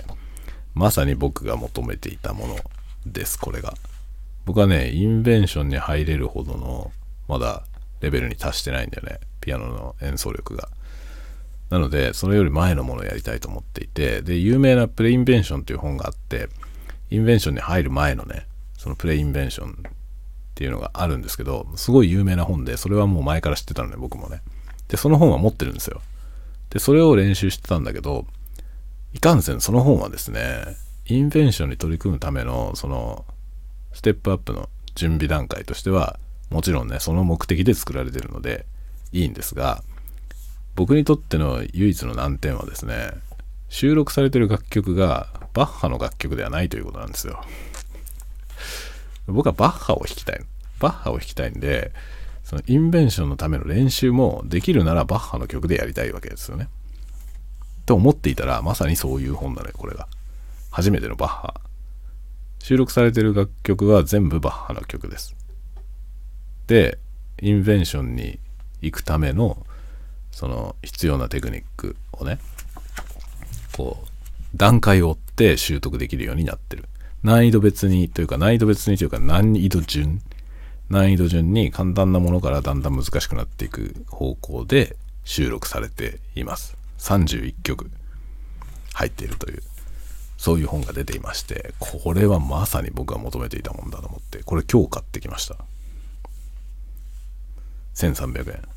まさに僕が求めていたものです。これが僕はね、インベンションに入れるほどのまだレベルに達してないんだよね、ピアノの演奏力が。なのでそれより前のものをやりたいと思っていて、で有名なプレインベンションという本があって、インベンションに入る前のね、そのプレインベンションっていうのがあるんですけど、すごい有名な本で、それはもう前から知ってたので僕もね。でその本は持ってるんですよ。でそれを練習してたんだけど、いかんせんその本はですね、インベンションに取り組むためのそのステップアップの準備段階としてはもちろんね、その目的で作られているのでいいんですが、僕にとっての唯一の難点はですね、収録されている楽曲がバッハの楽曲ではないということなんですよ。僕はバッハを弾きたいんで、そのインベンションのための練習もできるならバッハの曲でやりたいわけですよね。と思っていたら、まさにそういう本なのよ。これが初めてのバッハ、収録されている楽曲は全部バッハの曲です。でインベンションに行くためのその必要なテクニックをね、こう段階を追って習得できるようになってる。難易度別にというか難易度順に簡単なものからだんだん難しくなっていく方向で収録されています。31曲入っているという、そういう本が出ていまして、これはまさに僕が求めていたもんだと思って、これ今日買ってきました。1300円。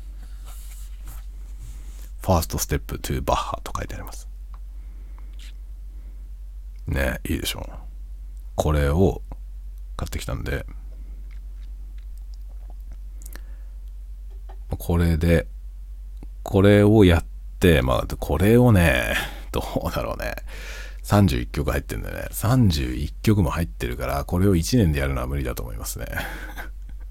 ファーストステップトゥバッハと書いてありますね。いいでしょう。これを買ってきたんで、これをやって、これをね、どうだろうね、31曲入ってるんでね、31曲も入ってるから、これを1年でやるのは無理だと思い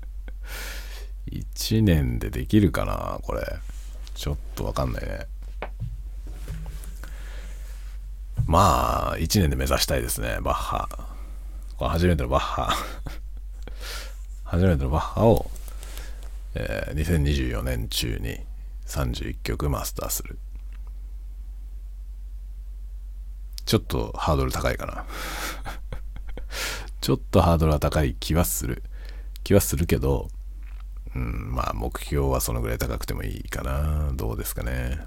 ますね。1年でできるかなこれ。ちょっとわかんないね。 まあ1年で目指したいですね。バッハ、これ初めてのバッハ初めてのバッハを、2024年中に31曲マスターする。ちょっとハードル高いかなちょっとハードルは高い気はするけど、まあ目標はそのぐらい高くてもいいかな。どうですかね。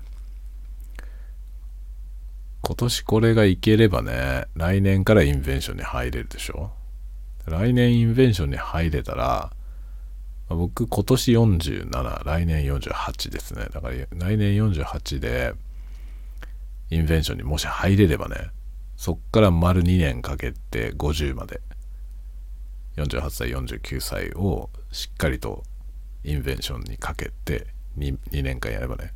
今年これがいければね、来年からインベンションに入れるでしょ。来年インベンションに入れたら、僕今年47、来年48ですね。だから来年48でインベンションにもし入れればね、そっから丸2年かけて50まで、48歳49歳をしっかりとインベンションにかけて 2年間やればね、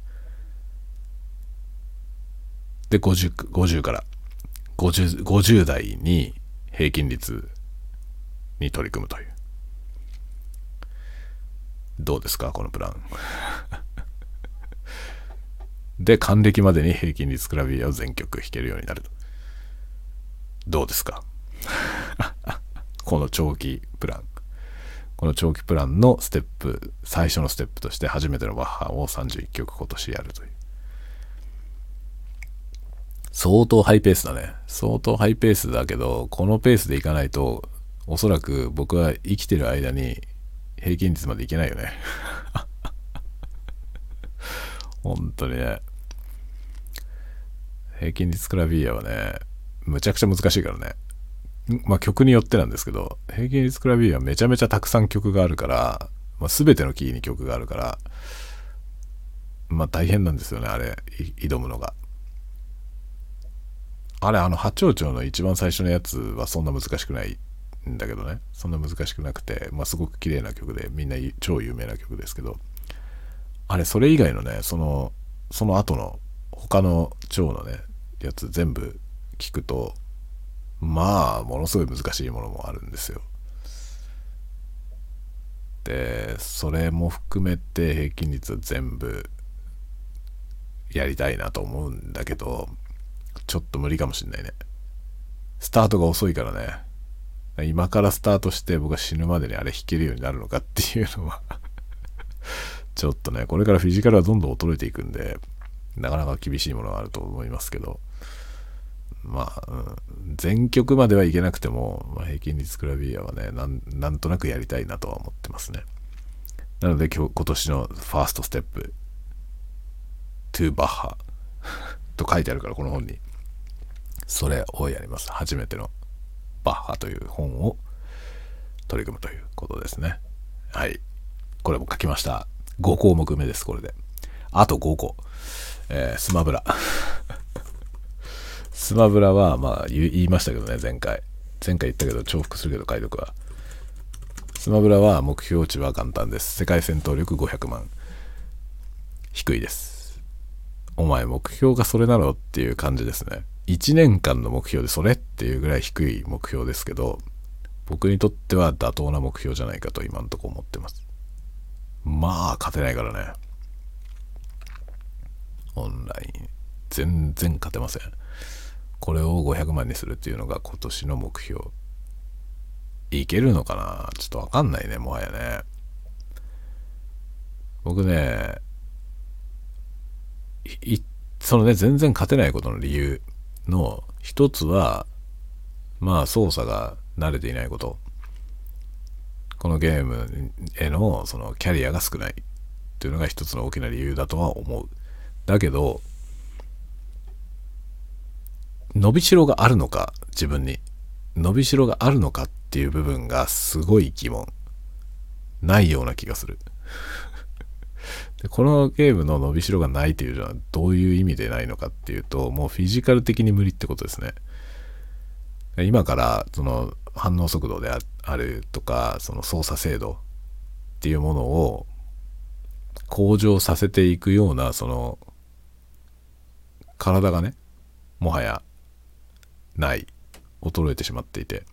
で 50から50代に平均率に取り組むという。どうですかこのプランで還暦までに平均率クラビアを全曲弾けるようになると。どうですかこの長期プランのステップ、最初のステップとして初めてのバッハを31曲今年やるという。相当ハイペースだね。相当ハイペースだけど、このペースでいかないとおそらく僕は生きてる間に平均率までいけないよね本当にね。平均率クラビアはね、むちゃくちゃ難しいからね。まあ曲によってなんですけど、平均率クラビアはめちゃめちゃたくさん曲があるから、全てのキーに曲があるから、大変なんですよね、あれ挑むのが。あれ八丁調の一番最初のやつはそんな難しくないんだけどね。そんな難しくなくて、すごく綺麗な曲で、みんな超有名な曲ですけど、あれそれ以外のね、その後の他の調のねやつ全部聞くと、ものすごい難しいものもあるんですよ。でそれも含めて平均率は全部やりたいなと思うんだけど、ちょっと無理かもしんないね。スタートが遅いからね。今からスタートして僕が死ぬまでにあれ弾けるようになるのかっていうのはちょっとね、これからフィジカルはどんどん衰えていくんで、なかなか厳しいものがあると思いますけど、全曲まではいけなくても、平均率クラビアはね、なんとなくやりたいなとは思ってますね。なので今年のファーストステップ to バッハと書いてあるから、この本にそれをやります。初めてのバッハという本を取り組むということですね。はい、これも書きました。5項目目です。これであと5個。スマブラスマブラは言いましたけどね、前回言ったけど重複するけど解読は。スマブラは目標値は簡単です。世界戦闘力500万。低いです。お前目標がそれなのっていう感じですね。1年間の目標でそれっていうぐらい低い目標ですけど、僕にとっては妥当な目標じゃないかと今のところ思ってます。勝てないからね。オンライン全然勝てません。これを500万にするっていうのが今年の目標。いけるのかな、ちょっとわかんないね、もはやね。僕ね、そのね、全然勝てないことの理由の一つは、操作が慣れていないこと。このゲームへのそのキャリアが少ないっていうのが一つの大きな理由だとは思う。だけど伸びしろがあるのか、自分に伸びしろがあるのかっていう部分がすごい疑問。ないような気がするでこのゲームの伸びしろがないというのはどういう意味でないのかっていうと、もうフィジカル的に無理ってことですね。今からその反応速度であるとか、その操作精度っていうものを向上させていくような、その体がね、もはやない衰えてしまっていて、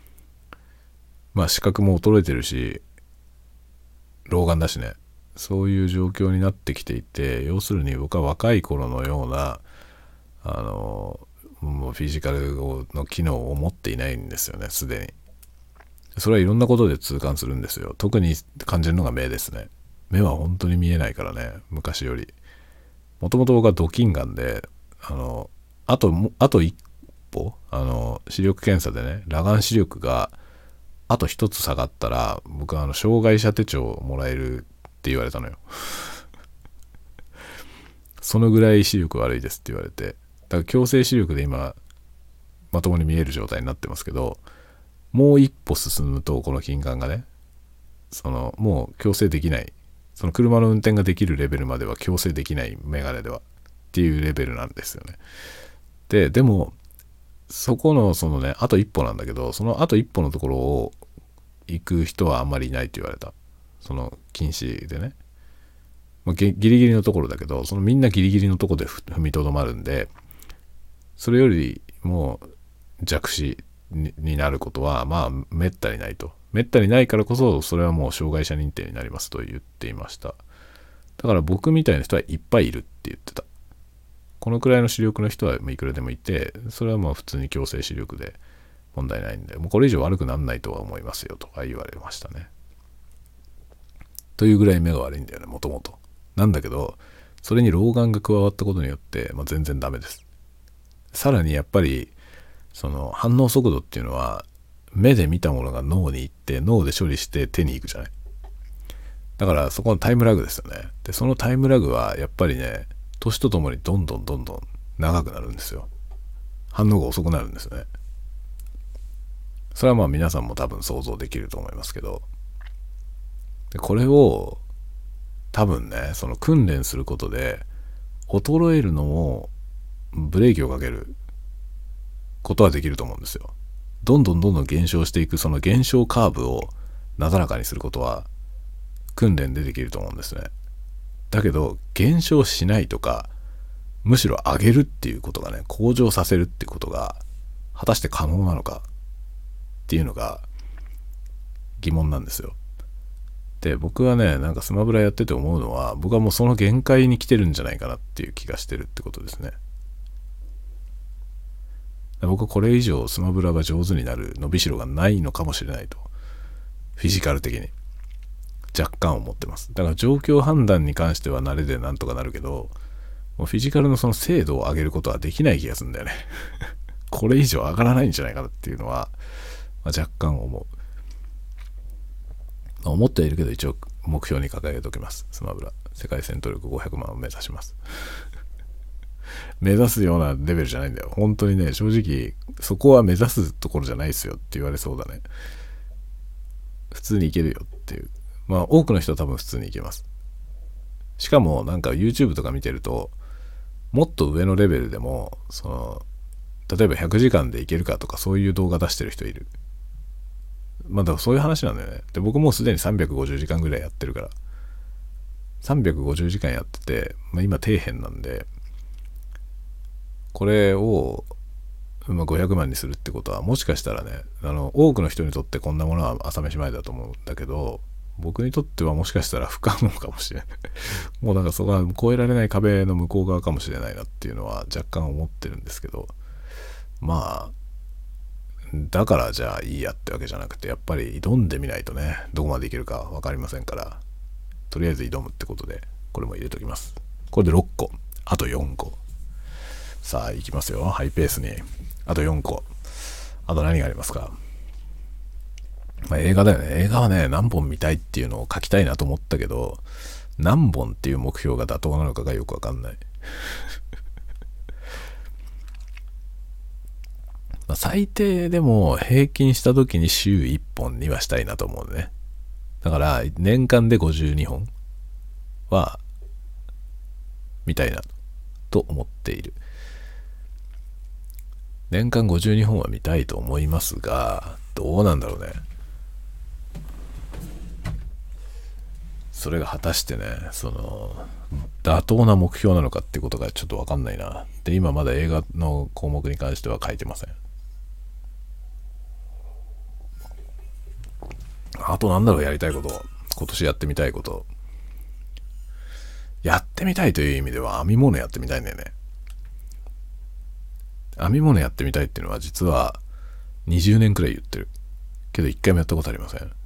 視覚も衰えてるし老眼だしね、そういう状況になってきていて、要するに僕は若い頃のようなもフィジカルの機能を持っていないんですよね、すでに。それはいろんなことで痛感するんですよ。特に感じるのが目ですね。目は本当に見えないからね、昔より。もともと僕はドキンガンで、あと一歩、視力検査でね、裸眼視力があと一つ下がったら、僕は障害者手帳をもらえるって言われたのよ。そのぐらい視力悪いですって言われて、だから強制視力で今まともに見える状態になってますけど、もう一歩進むとこの近眼がね、もう強制できない、その車の運転ができるレベルまでは強制できないメガネではっていうレベルなんですよね。でもそこのね、あと一歩なんだけど、そのあと一歩のところを行く人はあんまりいないって言われた。その近視でね、ギリギリのところだけど、みんなギリギリのところで踏みとどまるんで、それよりも弱視になることはまあめったにないと。めったにないからこそ、それはもう障害者認定になりますと言っていました。だから僕みたいな人はいっぱいいるって言ってた。このくらいの視力の人はいくらでもいて、それはまあ普通に強制視力で問題ないんで、もうこれ以上悪くならないとは思いますよとか言われましたね。というぐらい目が悪いんだよね、もともと。なんだけど、それに老眼が加わったことによって、全然ダメです。さらにやっぱり反応速度っていうのは、目で見たものが脳に行って脳で処理して手に行くじゃない。だからそこのタイムラグですよね。でそのタイムラグはやっぱりね、年とともにどんどん長くなるんですよ。反応が遅くなるんですね。それはまあ皆さんも多分想像できると思いますけど、でこれを多分ね、訓練することで衰えるのをブレーキをかけることはできると思うんですよ。どんどん減少していくその減少カーブをなだらかにすることは訓練でできると思うんですね。だけど減少しないとか、むしろ上げるっていうことがね、向上させるっていうことが果たして可能なのかっていうのが疑問なんですよ。で僕はね、なんかスマブラやってて思うのは、僕はもうその限界に来てるんじゃないかなっていう気がしてるってことですね。僕はこれ以上スマブラが上手になる伸びしろがないのかもしれないと、フィジカル的に若干思ってます。だから状況判断に関しては慣れでなんとかなるけど、もうフィジカルのその精度を上げることはできない気がするんだよね。これ以上上がらないんじゃないかなっていうのは、若干思う。思ってはいるけど、一応目標に掲げておきます。スマブラ世界戦闘力500万を目指します。目指すようなレベルじゃないんだよ。本当にね、正直そこは目指すところじゃないですよって言われそうだね。普通にいけるよっていう。多くの人は多分普通にいけます。しかもなんか YouTube とか見てると、もっと上のレベルでも例えば100時間でいけるかとか、そういう動画出してる人いる。だからそういう話なんだよね。で僕もうすでに350時間ぐらいやってるから、350時間やってて、今底辺なんで、これを500万にするってことは、もしかしたらね、多くの人にとってこんなものは朝飯前だと思うんだけど、僕にとってはもしかしたら不可能かもしれない。もうなんかそこは越えられない壁の向こう側かもしれないなっていうのは若干思ってるんですけど、だからじゃあいいやってわけじゃなくて、やっぱり挑んでみないとね、どこまでいけるか分かりませんから、とりあえず挑むってことでこれも入れときます。これで6個、あと4個。さあ行きますよ、ハイペースに。あと4個。あと何がありますか。映画だよね。映画はね、何本見たいっていうのを書きたいなと思ったけど、何本っていう目標が妥当なのかがよくわかんない。最低でも平均した時に週1本にはしたいなと思うね。だから年間で52本は見たいなと思っている。年間52本は見たいと思いますが、どうなんだろうね。それが果たしてね、妥当な目標なのかっていうことがちょっと分かんないな。で、今まだ映画の項目に関しては書いてません。あとなんだろう、やりたいこと。今年やってみたいこと。やってみたいという意味では編み物やってみたいんだよね。 編み物やってみたいっていうのは実は20年くらい言ってるけど一回もやったことありません。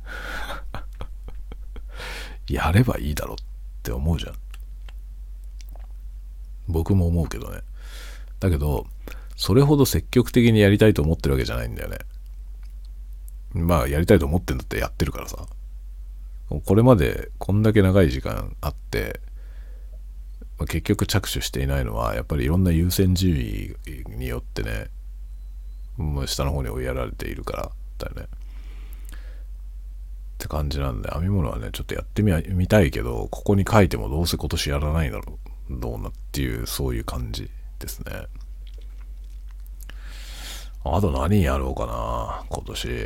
やればいいだろって思うじゃん。僕も思うけどね。だけどそれほど積極的にやりたいと思ってるわけじゃないんだよね。まあやりたいと思ってんだってやってるからさ。これまでこんだけ長い時間あって、結局着手していないのはやっぱりいろんな優先順位によってね、下の方に追いやられているからだよねって感じなんで、編み物はねちょっとやってみたいけど、ここに書いてもどうせ今年やらないだろうどうなっていう、そういう感じですね。あと何やろうかな今年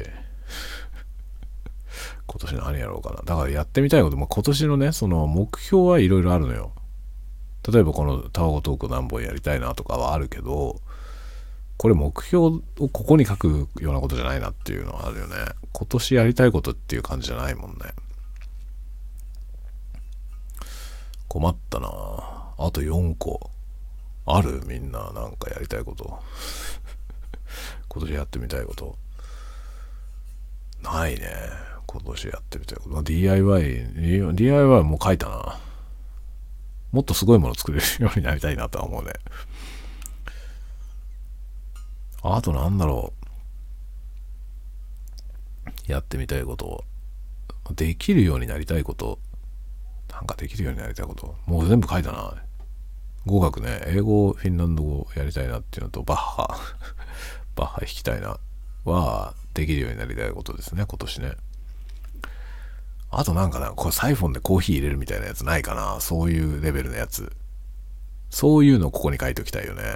何やろうかな。だからやってみたいことも今年のね、その目標はいろいろあるのよ。例えばこのタワゴトーク何本やりたいなとかはあるけど、これ目標をここに書くようなことじゃないなっていうのはあるよね。今年やりたいことっていう感じじゃないもんね。困ったな。あと4個ある？みんななんかやりたいこと今年やってみたいことないね。今年やってみたいこと、DIY もう書いたな。もっとすごいもの作れるようになりたいなとは思うね。あとなんだろう、やってみたいこと、できるようになりたいこと、なんかできるようになりたいこと、もう全部書いたな。語学ね、英語、フィンランド語やりたいなっていうのと、バッハ弾きたいなはできるようになりたいことですね、今年ね。あとなんかな、これサイフォンでコーヒー入れるみたいなやつないかな。そういうレベルのやつ、そういうのをここに書いておきたいよね。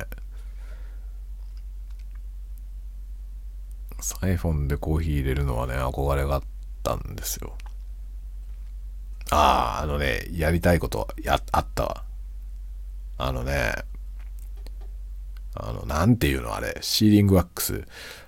サイフォンでコーヒー入れるのはね、憧れがあったんですよ。やりたいことあったわ。なんていうのあれ、シーリングワックス。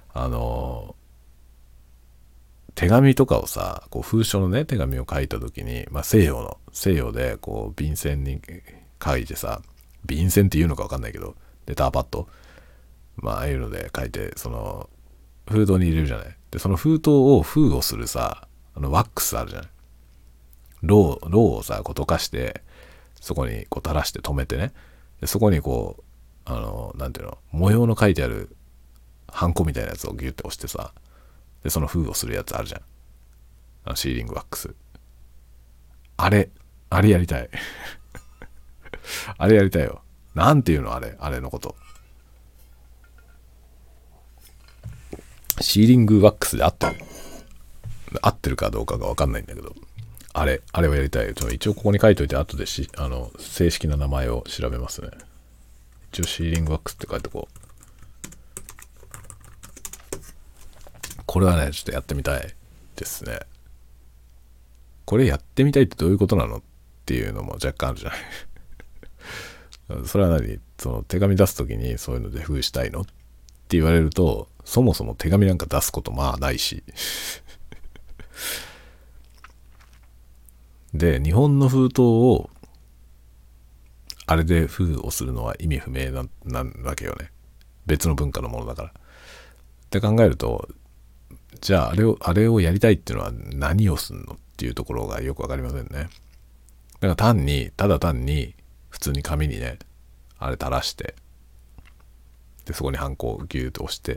手紙とかをさ、こう封書のね、手紙を書いた時に、西洋でこう便箋に書いてさ、便箋っていうのかわかんないけど、レターパッド、ああいうので書いて、その封筒に入れるじゃない。で、その封筒を封をするさ、ワックスあるじゃない。ろうをさ、こう溶かして、そこにこう垂らして止めてね。で、そこにこう、なんていうの、模様の書いてあるハンコみたいなやつをギュッて押してさ、で、その封をするやつあるじゃん。シーリングワックス。あれやりたい。あれやりたいよ。なんていうのあれのこと。シーリングワックスで合ってるかどうかがわかんないんだけど、あれをやりたい。一応ここに書いといて、後で正式な名前を調べますね。一応シーリングワックスって書いてこう。これはね、ちょっとやってみたいですね。これやってみたいってどういうことなのっていうのも若干あるじゃない。それはその手紙出すときにそういうので封したいのって言われると、そもそも手紙なんか出すことないし。で、日本の封筒をあれで封をするのは意味不明なわけよね。別の文化のものだから。って考えると、じゃああれをやりたいっていうのは何をすんのっていうところがよくわかりませんね。だからただ単に普通に紙にね、あれ垂らして、でそこにハンコをギューッと押して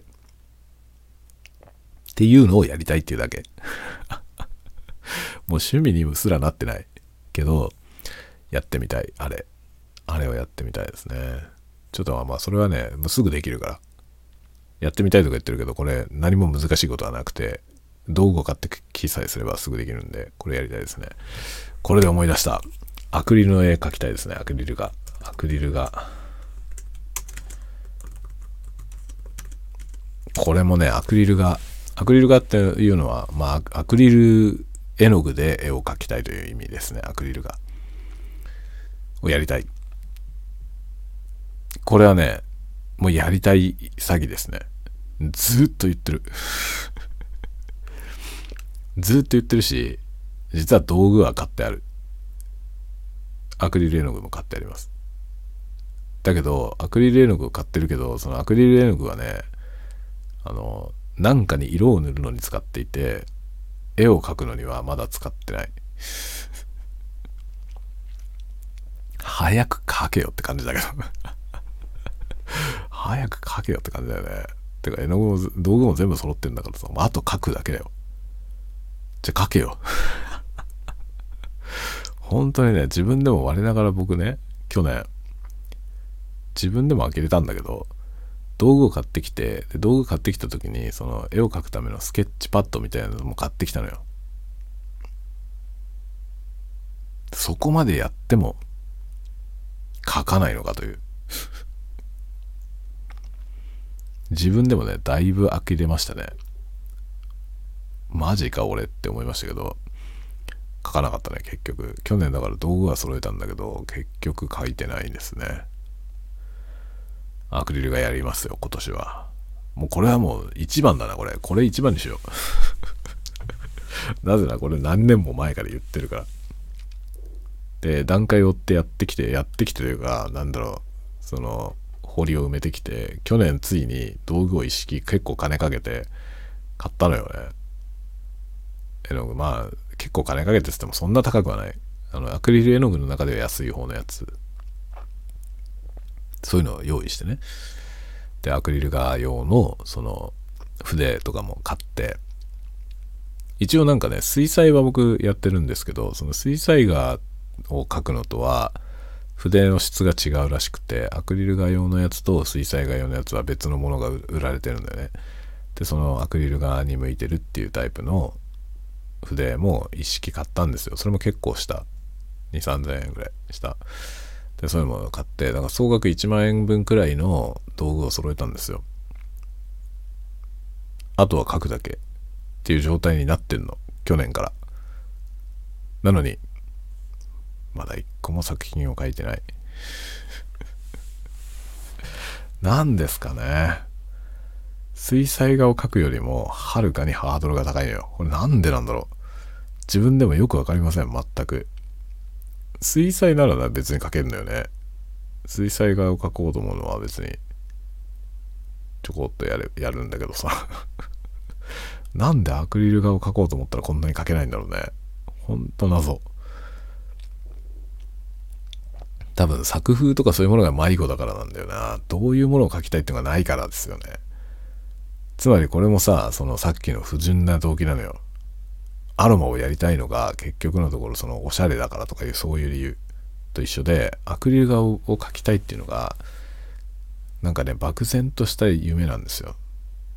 っていうのをやりたいっていうだけ。もう趣味にすらなってないけど、やってみたい。あれをやってみたいですね。ちょっとそれはね、もうすぐできるから。やってみたいとか言ってるけど、これ何も難しいことはなくて、道具を買って記載すればすぐできるんで、これやりたいですね。これで思い出した。アクリルの絵描きたいですね。アクリルが。これもね、アクリル画っていうのは、アクリル絵の具で絵を描きたいという意味ですね。アクリル画をやりたい。これはね、もうやりたい詐欺ですね。ずっと言ってる。ずっと言ってるし、実は道具は買ってある。アクリル絵の具も買ってあります。 だけどアクリル絵の具を買ってるけど、そのアクリル絵の具はね、なんかに色を塗るのに使っていて、絵を描くのにはまだ使ってない。早く描けよって感じだけど早く描けよって感じだよね。てか絵の具も道具も全部揃ってんだからさ、あと描くだけだよ。じゃあ描けよ本当にね、自分でも我ながら僕ね、去年自分でも呆れたんだけど、道具を買ってきて、で道具買ってきた時にその絵を描くためのスケッチパッドみたいなのも買ってきたのよ。そこまでやっても描かないのかという自分でもね、だいぶ呆れましたね。マジか俺って思いましたけど、描かなかったね結局。去年だから道具は揃えたんだけど結局描いてないですね。アクリルがやりますよ今年は。もうこれはもう一番だな、これ一番にしようなぜならこれ何年も前から言ってるから。で段階を追ってやってきてというか、なんだろう、その堀を埋めてきて、去年ついに道具を一式結構金かけて買ったのよね。絵の具、まあ結構金かけてって言ってもそんな高くはない。アクリル絵の具の中では安い方のやつ、そういうのを用意してね。でアクリル画用のその筆とかも買って、一応なんかね、水彩は僕やってるんですけど、その水彩画を描くのとは筆の質が違うらしくて、アクリル画用のやつと水彩画用のやつは別のものが売られてるんだよね。でそのアクリル画に向いてるっていうタイプの筆も一式買ったんですよ。それも結構した、2、3000円ぐらいした。でそういうのも買って、だから総額1万円分くらいの道具を揃えたんですよ。あとは書くだけっていう状態になってんの、去年から。なのにまだ一個も作品を書いてないなんですかね。水彩画を描くよりもはるかにハードルが高いのよ。これなんでなんだろう。自分でもよくわかりません、全く。水彩なら別に描けるんだよね。水彩画を描こうと思うのは別にちょこっとやるんだけどさなんでアクリル画を描こうと思ったらこんなに描けないんだろうね。ほんと謎。多分作風とかそういうものが迷子だからなんだよな。どういうものを描きたいっていうのがないからですよね。つまりこれもさ、そのさっきの不純な動機なのよ。アロマをやりたいのが結局のところそのおしゃれだからとかいうそういう理由と一緒で、アクリル画を描きたいっていうのがなんかね、漠然とした夢なんですよ。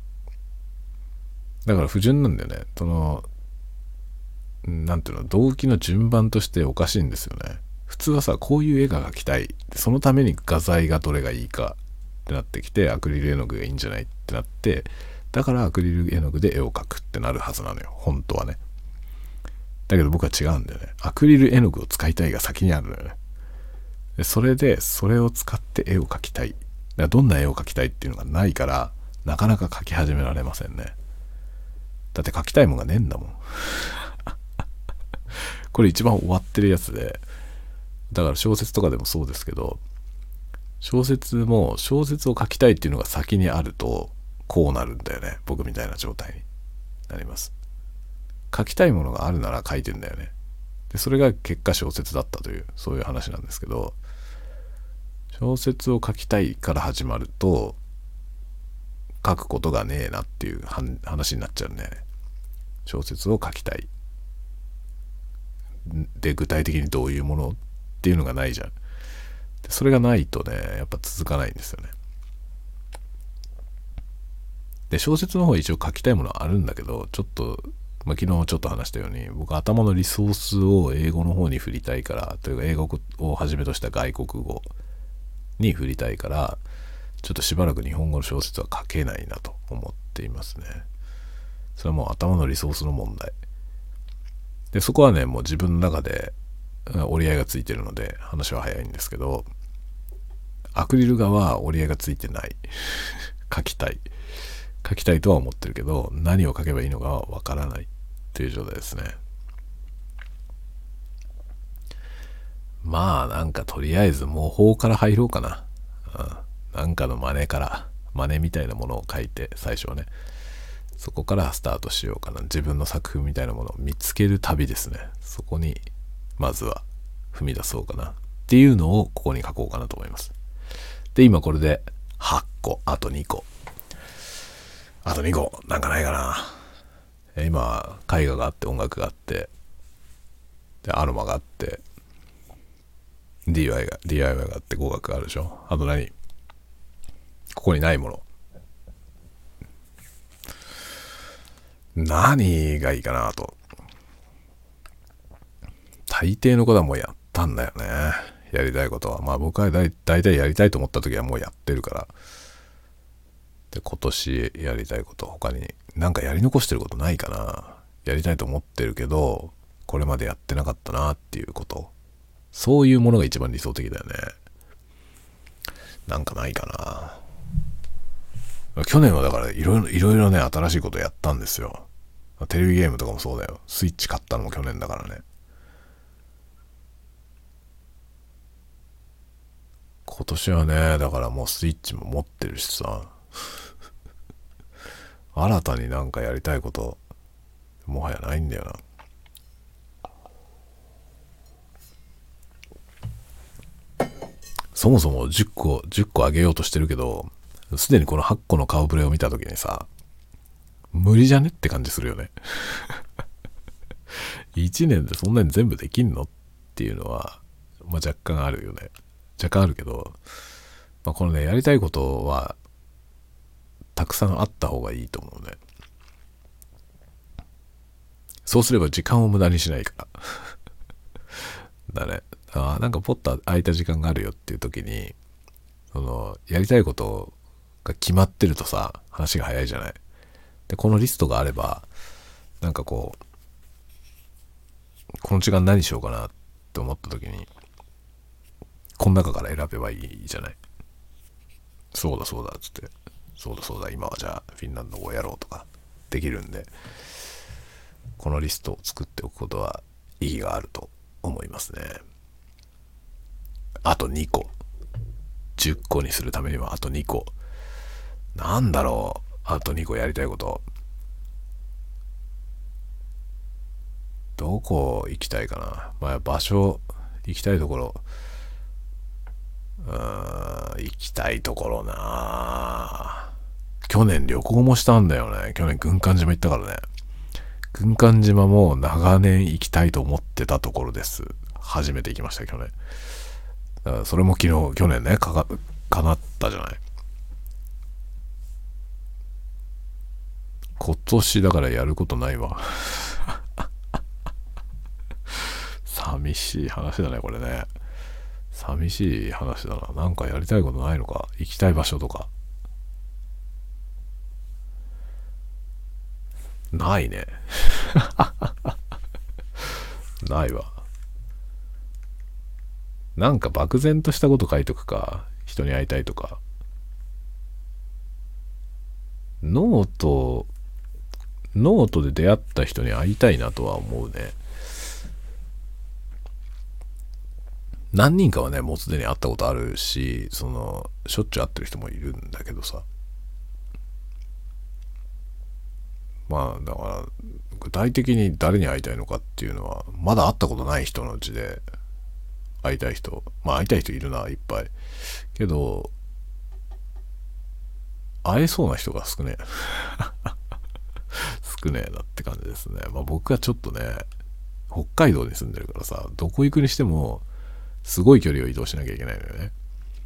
だから不純なんだよね。そのなんていうの、動機の順番としておかしいんですよね。普通はさ、こういう絵が描きたい、そのために画材がどれがいいかってなってきて、アクリル絵の具がいいんじゃないってなって、だからアクリル絵の具で絵を描くってなるはずなのよ、本当はね。だけど僕は違うんだよね。アクリル絵の具を使いたいが先にあるのよね。でそれでそれを使って絵を描きたい。だからどんな絵を描きたいっていうのがないから、なかなか描き始められませんね。だって描きたいもんがねえんだもんこれ一番終わってるやつで、だから小説とかでもそうですけど、小説を書きたいっていうのが先にあるとこうなるんだよね。僕みたいな状態になります。書きたいものがあるなら書いてんだよね。でそれが結果小説だったという、そういう話なんですけど、小説を書きたいから始まると書くことがねえなっていう話になっちゃうんだよね。小説を書きたいで具体的にどういうものっていうのがないじゃん。でそれがないとね、やっぱ続かないんですよね。で小説の方は一応書きたいものはあるんだけど、ちょっと、昨日ちょっと話したように、僕頭のリソースを英語の方に振りたいから、というか英語をはじめとした外国語に振りたいから、ちょっとしばらく日本語の小説は書けないなと思っていますね。それはもう頭のリソースの問題で、そこはね、もう自分の中で折り合いがついてるので話は早いんですけど、アクリル画は折り合いがついてない書きたいとは思ってるけど、何を書けばいいのかはわからないという状態ですね。まあなんかとりあえず模倣から入ろうかな。 なんかの真似みたいなものを書いて、最初はね、そこからスタートしようかな。自分の作風みたいなものを見つける旅ですね。そこにまずは踏み出そうかなっていうのをここに書こうかなと思います。で、今これで8個、あと2個なんかないかな。今絵画があって音楽があって、でアロマがあって、 DIY があって、語学があるでしょ。あとここにないもの何がいいかなと。大抵のことはもうやったんだよね。やりたいことはまあ僕は大体やりたいと思った時はもうやってるから。で、今年やりたいこと、他になんかやり残してることないかな。やりたいと思ってるけどこれまでやってなかったなっていうこと、そういうものが一番理想的だよね。なんかないかな。去年はだからいろいろね、新しいことやったんですよ。テレビゲームとかもそうだよ。スイッチ買ったのも去年だからね。今年はね、だからもうスイッチも持ってるしさ、新たになんかやりたいこともはやないんだよな。そもそも10個あげようとしてるけど、すでにこの8個の顔ぶれを見たときにさ、無理じゃねって感じするよね。1年でそんなに全部できんのっていうのは、まあ、若干あるよね。若干あるけど、まあ、このね、やりたいことはたくさんあった方がいいと思うね。そうすれば時間を無駄にしないからだね。なんかポッと空いた時間があるよっていう時に、やりたいことが決まってるとさ、話が早いじゃない。で、このリストがあれば、なんかこの時間何しようかなって思った時に、この中から選べばいいじゃない。そうだそうだっつって、そうだ今はじゃあフィンランド語をやろうとかできるんで、このリストを作っておくことは意義があると思いますね。あと2個。10個にするためにはあと2個。なんだろう。あと2個やりたいこと。どこ行きたいかな。まあ場所、行きたいところ。行きたいところな。去年旅行もしたんだよね。去年軍艦島行ったからね。軍艦島も長年行きたいと思ってたところです。初めて行きました、去年。だからそれも去年ね、叶ったじゃない。今年だからやることないわ。寂しい話だね、これね。寂しい話だな。なんかやりたいことないのか。行きたい場所とか。ないね。ないわ。なんか漠然としたこと書いとくか。人に会いたいとか。ノートで出会った人に会いたいなとは思うね。何人かはね、もうすでに会ったことあるし、しょっちゅう会ってる人もいるんだけどさ。まあ、だから、具体的に誰に会いたいのかっていうのは、まだ会ったことない人のうちで、会いたい人、まあ会いたい人いるな、いっぱい。けど、会えそうな人が少ねえ。少ねえなって感じですね。まあ僕はちょっとね、北海道に住んでるからさ、どこ行くにしても、すごい距離を移動しなきゃいけないのよね。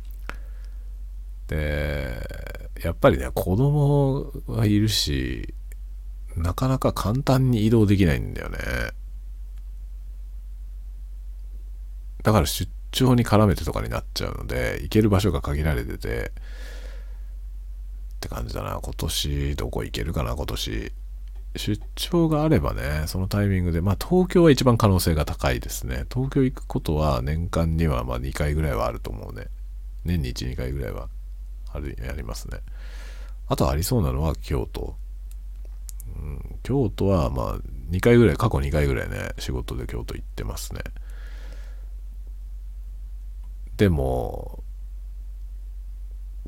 で、やっぱりね、子供はいるし、なかなか簡単に移動できないんだよね。だから出張に絡めてとかになっちゃうので、行ける場所が限られてて、って感じだな。今年どこ行けるかな、今年。出張があればね、そのタイミングで、まあ東京は一番可能性が高いですね。東京行くことは年間にはまあ2回ぐらいはあると思うね。年に1、2回ぐらいはありますね。あとありそうなのは京都。京都はまあ2回ぐらい、過去2回ぐらいね、仕事で京都行ってますね。でも、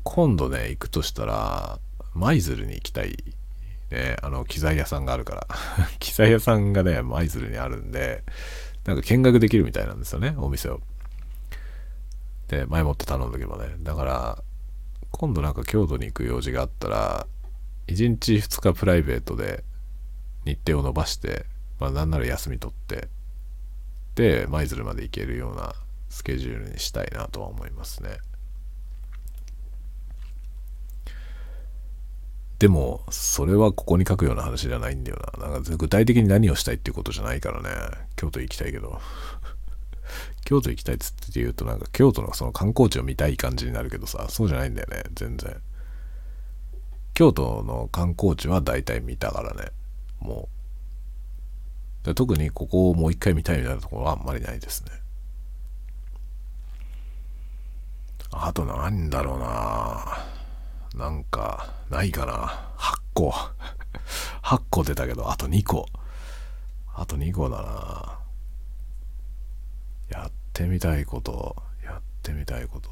今度ね行くとしたら舞鶴に行きたいね。機材屋さんがあるから機材屋さんがね舞鶴にあるんで、なんか見学できるみたいなんですよね、お店を。で前もって頼んどけばね。だから今度なんか京都に行く用事があったら1日2日プライベートで日程を延ばして、まあなんなら休み取ってで舞鶴まで行けるようなスケジュールにしたいなとは思いますね。でもそれはここに書くような話じゃないんだよな。なんか具体的に何をしたいっていうことじゃないからね。京都行きたいけど京都行きたいっつって言うとなんか京都のその観光地を見たい感じになるけどさ、そうじゃないんだよね全然。京都の観光地は大体見たからね。もうで特にここをもう一回見たいみたいなところはあんまりないですね。あとなんだろうな、なんかないかな。8個8個出たけどあと2個、あと2個だな。やってみたいこと、やってみたいこと、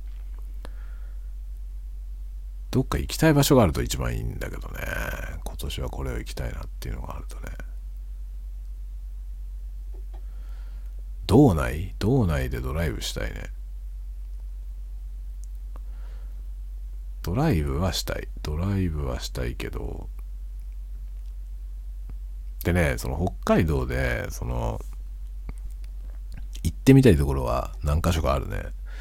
どっか行きたい場所があると一番いいんだけどね。今年はこれを行きたいなっていうのがあるとね。道内でドライブしたいね。ドライブはしたいけど、でね、その北海道でその行ってみたいところは何か所かあるね。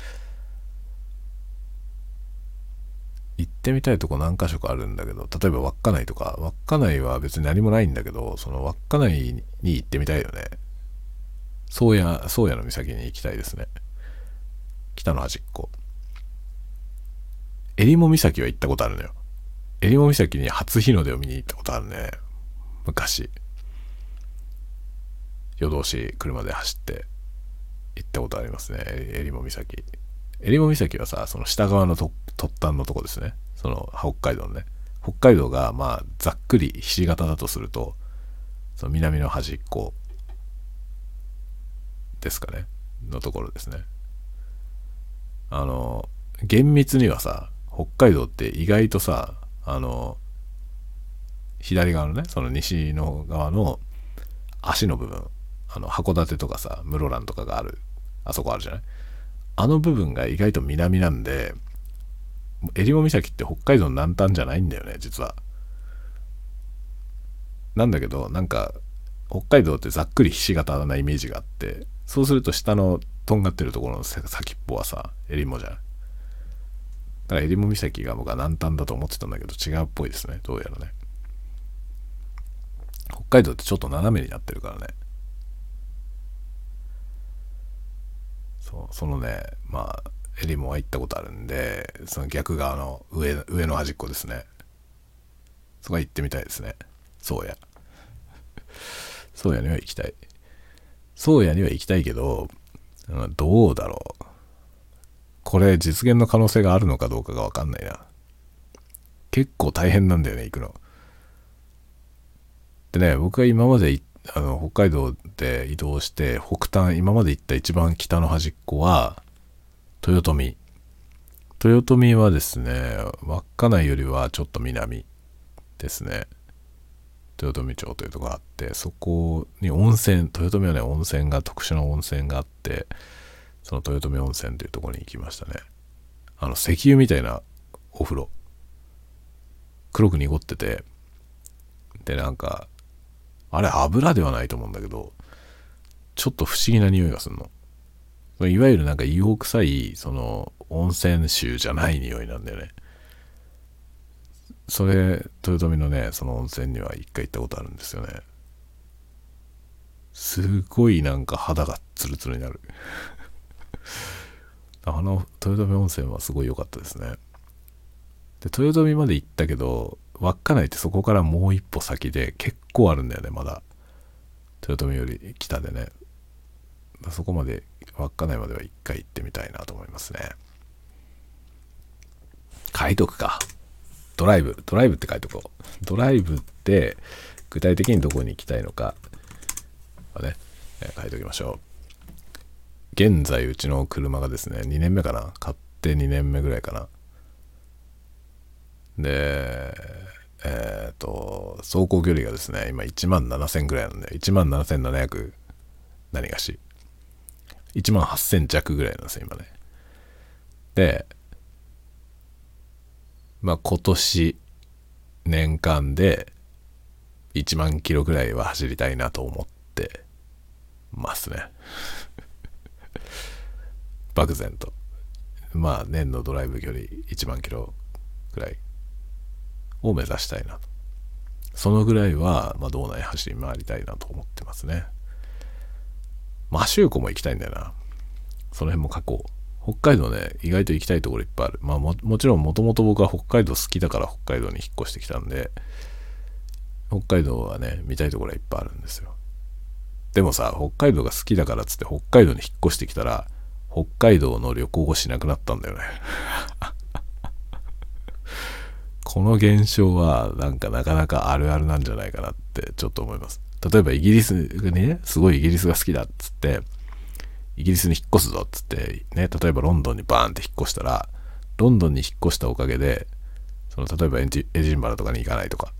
行ってみたいとこ何か所かあるんだけど、例えば稚内とか。稚内は別に何もないんだけど、その稚内に行ってみたいよね。宗谷の岬に行きたいですね。北の端っこ。襟裳岬は行ったことあるのよ。襟裳岬に初日の出を見に行ったことあるね。昔。夜通し車で走って行ったことありますね。襟裳岬。襟裳岬はさ、その下側の突端のとこですね。その北海道のね。北海道がまあざっくりひし形だとすると、その南の端っこですかね。のところですね。厳密にはさ、北海道って意外とさ、左側のね、その西の側の足の部分、函館とかさ、室蘭とかがある、あそこあるじゃない。あの部分が意外と南なんで、襟裳岬って北海道の南端じゃないんだよね、実は。なんだけど、なんか、北海道ってざっくりひし形なイメージがあって、そうすると下のとんがってるところの先っぽはさ、襟裳じゃん。だから襟裳岬が僕は南端だと思ってたんだけど、違うっぽいですね、どうやらね。北海道ってちょっと斜めになってるからね。そのね、まあ襟裳は行ったことあるんで、その逆側の上の端っこですね。そこは行ってみたいですね。宗谷には行きたい。宗谷には行きたいけど、どうだろう。これ実現の可能性があるのかどうかが分かんないな。結構大変なんだよね、行くの。でね、僕が今まで北海道で移動して北端、今まで行った一番北の端っこは豊臣。豊臣はですね、稚内よりはちょっと南ですね。豊臣町というところがあって、そこに豊臣はね、特殊な温泉があって、その豊臣温泉というところに行きましたね。石油みたいなお風呂。黒く濁ってて、で、なんか、あれ油ではないと思うんだけど、ちょっと不思議な匂いがするの。いわゆるなんか硫黄臭い、その温泉臭じゃない匂いなんだよね。それ、豊臣のね、その温泉には一回行ったことあるんですよね。すごいなんか肌がツルツルになる。豊臣温泉はすごい良かったですね。で、豊臣まで行ったけど、稚内ってそこからもう一歩先で結構あるんだよね、まだ。豊臣より北でね。そこまで、稚内までは一回行ってみたいなと思いますね。書いとくか。ドライブって書いとこう。ドライブって具体的にどこに行きたいのかはね、書いときましょう。現在うちの車がですね、2年目かな。買って2年目ぐらいかな。 で、走行距離がですね、今17000ぐらいなんで、17700何がし、18000弱ぐらいなんですよ、今ね。で、まあ今年年間で1万キロぐらいは走りたいなと思ってますね。漠然と。まあ年のドライブ距離1万キロぐらいを目指したいなと。そのぐらいは、まあ、道内走り回りたいなと思ってますね。摩周湖も行きたいんだよな。その辺も過去。北海道ね、意外と行きたいところいっぱいある。まあ もちろんもともと僕は北海道好きだから北海道に引っ越してきたんで、北海道はね、見たいところはいっぱいあるんですよ。でもさ、北海道が好きだからっつって北海道に引っ越してきたら、北海道の旅行をしなくなったんだよね。この現象はなんかなかなかあるあるなんじゃないかなってちょっと思います。例えばイギリスにね、すごいイギリスが好きだっつって、イギリスに引っ越すぞっつってね、例えばロンドンにバーンって引っ越したら、ロンドンに引っ越したおかげで、その例えばエジンバラとかに行かないとか、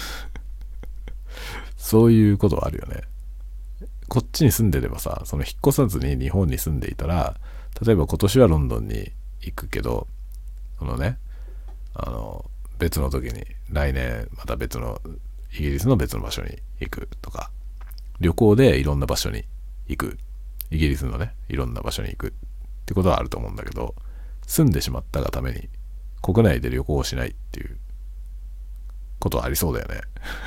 そういうことはあるよね。こっちに住んでればさ、その引っ越さずに日本に住んでいたら、例えば今年はロンドンに行くけど、そのね、別の時に来年また別のイギリスの別の場所に行くとか、旅行でいろんな場所に行く、イギリスのねいろんな場所に行くってことはあると思うんだけど、住んでしまったがために国内で旅行をしないっていうことはありそうだよね。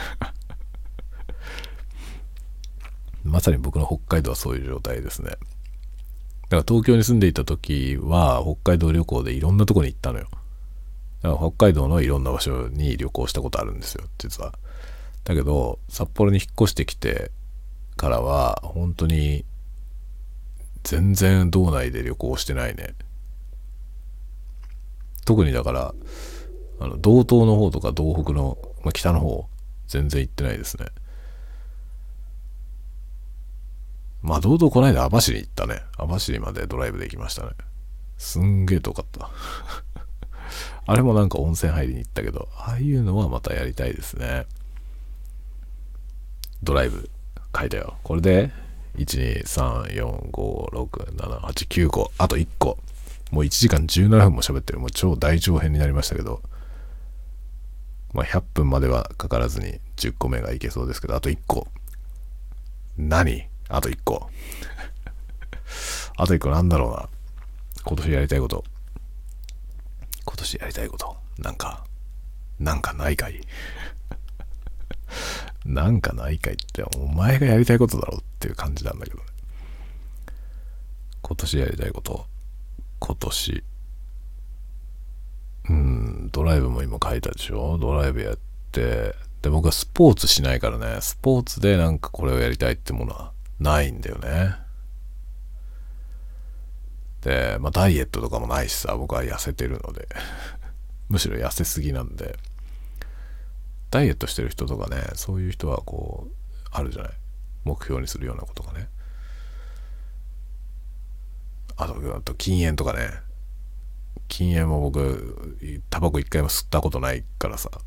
まさに僕の北海道はそういう状態ですね。だから東京に住んでいた時は北海道旅行でいろんなとこに行ったのよ。だから北海道のいろんな場所に旅行したことあるんですよ、実は。だけど札幌に引っ越してきてからは本当に全然道内で旅行してないね。特にだから道東の方とか道北の、まあ、北の方全然行ってないですね。まあ道東こないだ網走行ったね。網走までドライブで行きましたね。すんげえ遠かったあれもなんか温泉入りに行ったけど、ああいうのはまたやりたいですね。ドライブ書いたよ。これで1,2,3,4,5,6,7,8,9個、あと1個。もう1時間17分も喋ってる。もう超大長編になりましたけど、まあ100分まではかからずに10個目がいけそうですけど、あと1個。何？あと1個。あと1個なんだろうな。今年やりたいこと。なんかないかいなんかないかいってお前がやりたいことだろうっていう感じなんだけどね。今年やりたいこと。今年。ドライブも今書いたでしょ。ドライブやって。で、僕はスポーツしないからね。スポーツでなんかこれをやりたいってものはないんだよね。で、まあダイエットとかもないしさ、僕は痩せてるので。むしろ痩せすぎなんで。ダイエットしてる人とかね、そういう人はこう、あるじゃない。目標にするようなことがね。あと禁煙とかね。禁煙も僕、タバコ一回も吸ったことないからさ。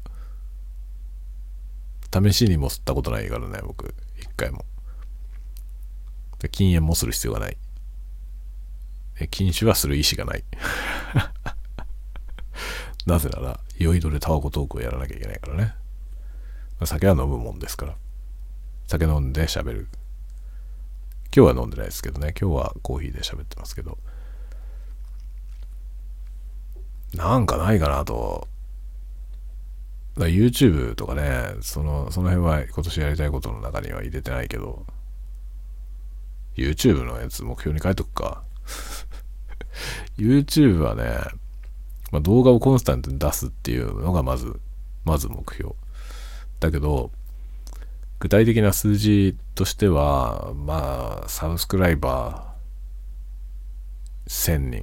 試しにも吸ったことないからね、僕、一回も。で禁煙もする必要がない。禁酒はする意思がない。なぜなら、酔いどれタバコトークをやらなきゃいけないからね。酒は飲むもんですから。酒飲んで喋る。今日は飲んでないですけどね。今日はコーヒーで喋ってますけど。なんかないかなと。YouTube とかね、その辺は今年やりたいことの中には入れてないけど、YouTube のやつ目標に書いとくか。YouTube はね、まあ、動画をコンスタントに出すっていうのがまず目標。だけど、具体的な数字としては、まあ、サブスクライバー1000人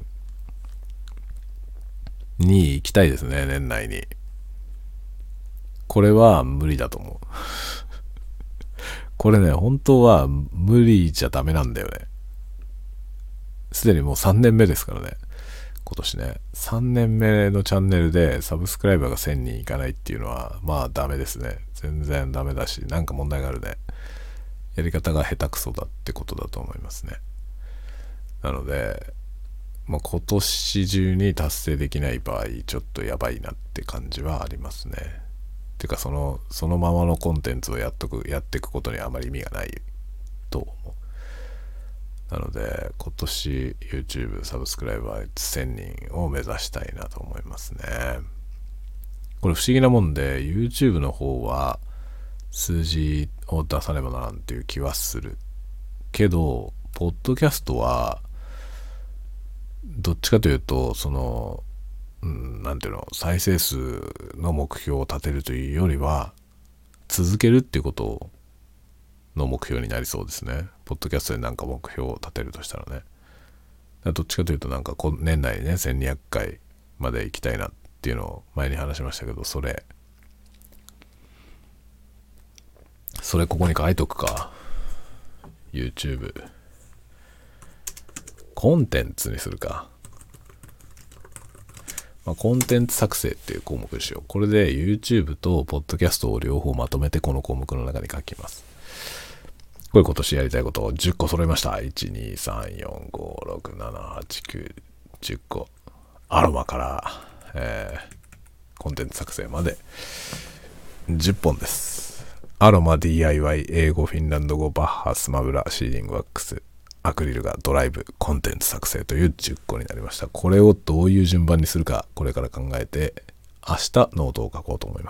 に行きたいですね、年内に。これは無理だと思う。これね、本当は無理じゃダメなんだよね。すでにもう3年目ですからね。 今年ね。3年目のチャンネルでサブスクライバーが1000人いかないっていうのは、まあダメですね。全然ダメだし、なんか問題があるね。やり方が下手くそだってことだと思いますね。なので、まあ、今年中に達成できない場合、ちょっとやばいなって感じはありますね。てかそのままのコンテンツをやっていくことにはあまり意味がないと思う。なので今年 YouTube サブスクライバー1000人を目指したいなと思いますね。これ不思議なもんで YouTube の方は数字を出さねばならんっていう気はするけど、ポッドキャストはどっちかというとなんていうの、再生数の目標を立てるというよりは続けるっていうことの目標になりそうですね。ポッドキャストでなんか目標を立てるとしたらね。どっちかというとなんか年内にね1200回まで行きたいなっていうのを前に話しましたけど、それここに書いとくか。 YouTube コンテンツにするか。まあ、コンテンツ作成っていう項目にしよう。これで YouTube と Podcast を両方まとめてこの項目の中に書きます。これ今年やりたいことを10個揃えました。1、2、3、4、5、6、7、8、9、10個。アロマから、コンテンツ作成まで10本です。アロマ DIY、英語、フィンランド語、バッハ、スマブラ、シーリングワックス、アクリルがドライブ、コンテンツ作成という10個になりました。これをどういう順番にするか、これから考えて、明日ノートを書こうと思います。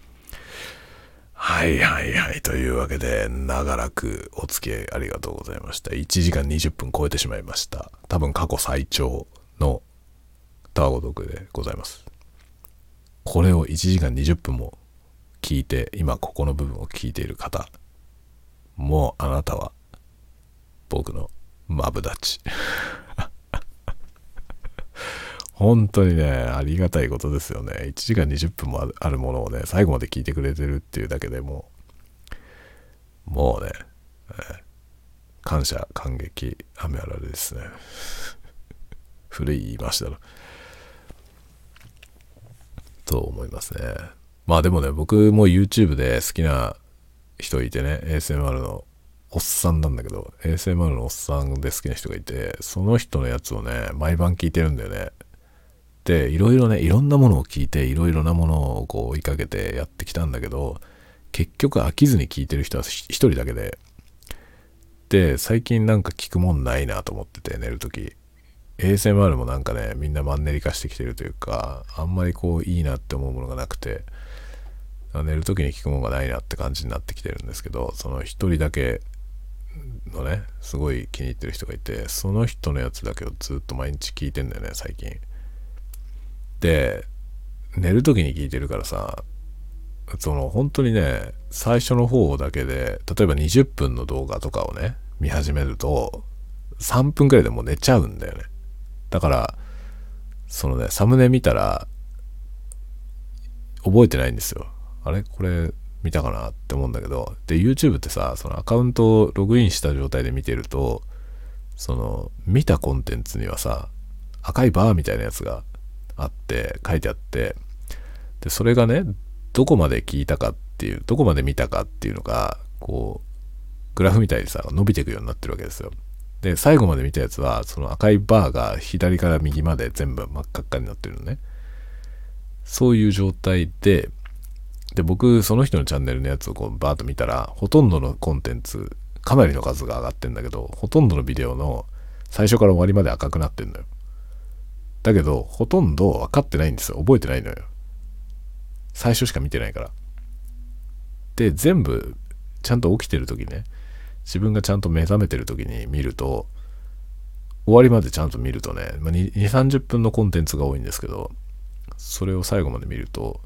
はいはいはい。というわけで、長らくお付き合いありがとうございました。1時間20分超えてしまいました。多分過去最長のタワゴトークでございます。これを1時間20分も聞いて、今ここの部分を聞いている方、もうあなたは僕のマブダチ。本当にね、ありがたいことですよね。1時間20分もあるものをね、最後まで聞いてくれてるっていうだけでもうね、感謝、感激、雨あられですね。古い言いましたの。と思いますね。まあでもね、僕も YouTube で好きな人いてね、ASMR のおっさんなんだけど、ASMR のおっさんで好きな人がいて、その人のやつをね、毎晩聞いてるんだよね。で、いろいろね、いろんなものを聞いて、いろいろなものをこう追いかけてやってきたんだけど、結局飽きずに聞いてる人は一人だけで、最近なんか聞くもんないなと思ってて、寝るとき。ASMR もなんかね、みんなマンネリ化してきてるというか、あんまりこういいなって思うものがなくて、寝るときに聞くものがないなって感じになってきてるんですけど、その一人だけのね、すごい気に入ってる人がいて、その人のやつだけをずっと毎日聞いてんだよね、最近。で、寝るときに聞いてるからさ、本当にね、最初の方だけで、例えば20分の動画とかをね、見始めると、3分くらいでもう寝ちゃうんだよね。だから、サムネ見たら、覚えてないんですよ。あれこれ見たかなって思うんだけど、で YouTube ってさ、そのアカウントをログインした状態で見てると、見たコンテンツにはさ、赤いバーみたいなやつがあって書いてあって、でそれがね、どこまで聞いたかっていう、どこまで見たかっていうのがこうグラフみたいにさ伸びていくようになってるわけですよ。で最後まで見たやつはその赤いバーが左から右まで全部真っ赤っかになってるのね。そういう状態で僕その人のチャンネルのやつをこうバーッと見たら、ほとんどのコンテンツかなりの数が上がってんだけど、ほとんどのビデオの最初から終わりまで赤くなってんのよ。だけどほとんど分かってないんですよ。覚えてないのよ。最初しか見てないから。で全部ちゃんと起きてる時ね、自分がちゃんと目覚めてる時に見ると、終わりまでちゃんと見るとね、2、30分のコンテンツが多いんですけど、それを最後まで見ると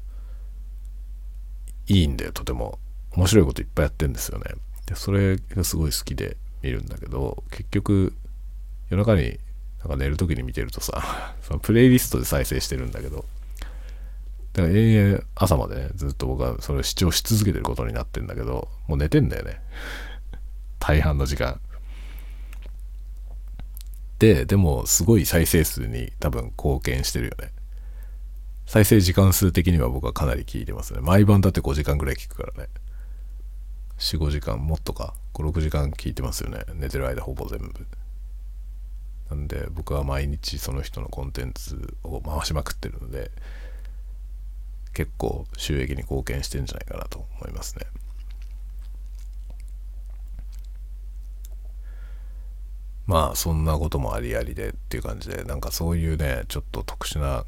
いいんだよ。とても面白いこといっぱいやってんですよね。でそれがすごい好きで見るんだけど、結局夜中になんか寝る時に見てるとさ、そのプレイリストで再生してるんだけど、だから永遠朝までね、ずっと僕はそれを視聴し続けてることになってんだけど、もう寝てんだよね。大半の時間。 でもすごい再生数に多分貢献してるよね。再生時間数的には僕はかなり聞いてますね。毎晩だって5時間ぐらい聞くからね。4、5時間もっとか、5、6時間聞いてますよね。寝てる間ほぼ全部。なんで僕は毎日その人のコンテンツを回しまくってるので、結構収益に貢献してるんじゃないかなと思いますね。まあそんなこともありありでっていう感じで、なんかそういうね、ちょっと特殊な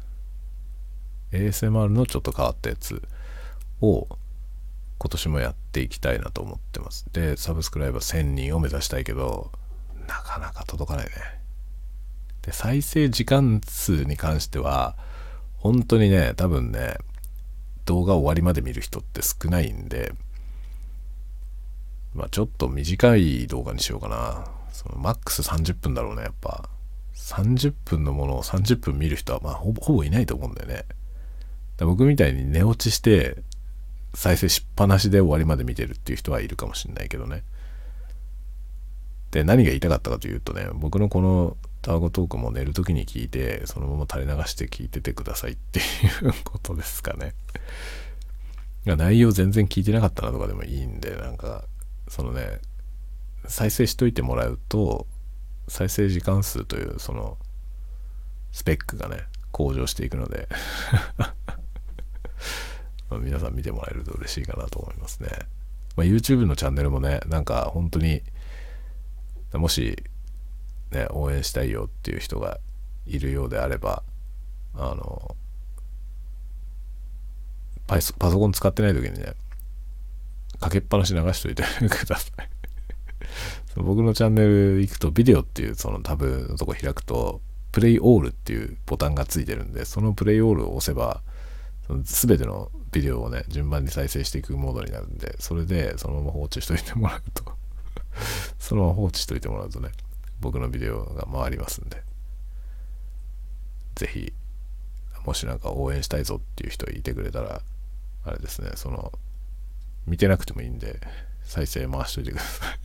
ASMR のちょっと変わったやつを今年もやっていきたいなと思ってます。で、サブスクライバー1000人を目指したいけど、なかなか届かないね。で、再生時間数に関しては、本当にね、多分ね、動画終わりまで見る人って少ないんで、まあちょっと短い動画にしようかな。そのマックス30分だろうね、やっぱ。30分のものを30分見る人はまあほぼいないと思うんだよね。僕みたいに寝落ちして再生しっぱなしで終わりまで見てるっていう人はいるかもしれないけどね。で、何が言いたかったかというとね、僕のこのタワゴトークも寝るときに聞いて、そのまま垂れ流して聞いててくださいっていうことですかね。内容全然聞いてなかったなとかでもいいんで、なんか、そのね、再生しといてもらうと、再生時間数というそのスペックがね、向上していくので皆さん見てもらえると嬉しいかなと思いますね。YouTube のチャンネルもね、なんか本当にもしね、応援したいよっていう人がいるようであれば、パソコン使ってない時にね、かけっぱなし流しといてください僕のチャンネル行くとビデオっていうそのタブのとこ開くとプレイオールっていうボタンがついてるんで、そのプレイオールを押せば全てのビデオをね順番に再生していくモードになるんで、それでそのまま放置しといてもらうとそのまま放置しといてもらうとね、僕のビデオが回りますんで、ぜひもしなんか応援したいぞっていう人いてくれたらあれですね、その見てなくてもいいんで再生回しといてください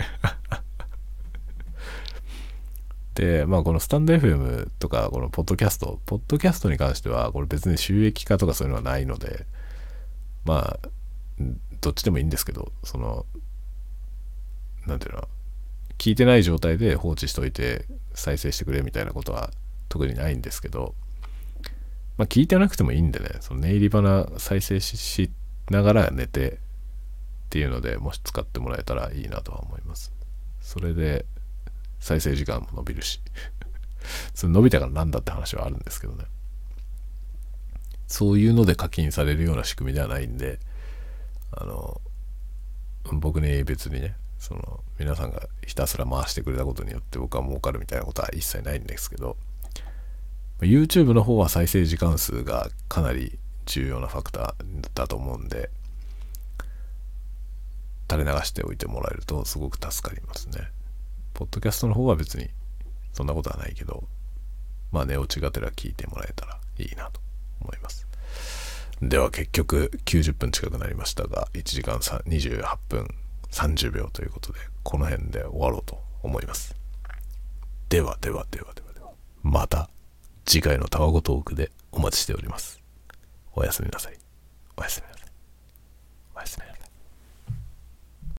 で、まあこのスタンド FM とかこのポッドキャストに関してはこれ別に収益化とかそういうのはないので、まあどっちでもいいんですけど、そのなんていうの、聞いてない状態で放置しといて再生してくれみたいなことは特にないんですけど、まあ聞いてなくてもいいんでね、その寝入り花再生 しながら寝てっていうのでもし使ってもらえたらいいなとは思います。それで再生時間も伸びるしその伸びたからなんだって話はあるんですけどね、そういうので課金されるような仕組みではないんで、僕に別にね、その皆さんがひたすら回してくれたことによって僕は儲かるみたいなことは一切ないんですけど、 YouTube の方は再生時間数がかなり重要なファクターだと思うんで、垂れ流しておいてもらえるとすごく助かりますね。ポッドキャストの方は別にそんなことはないけど、まあ寝落ちがてら聞いてもらえたらいいなと思います。では結局90分近くなりましたが、1時間28分30秒ということでこの辺で終わろうと思います。ではまた次回のタワゴトークでお待ちしております。おやすみなさい。おやすみなさい。おやすみなさい。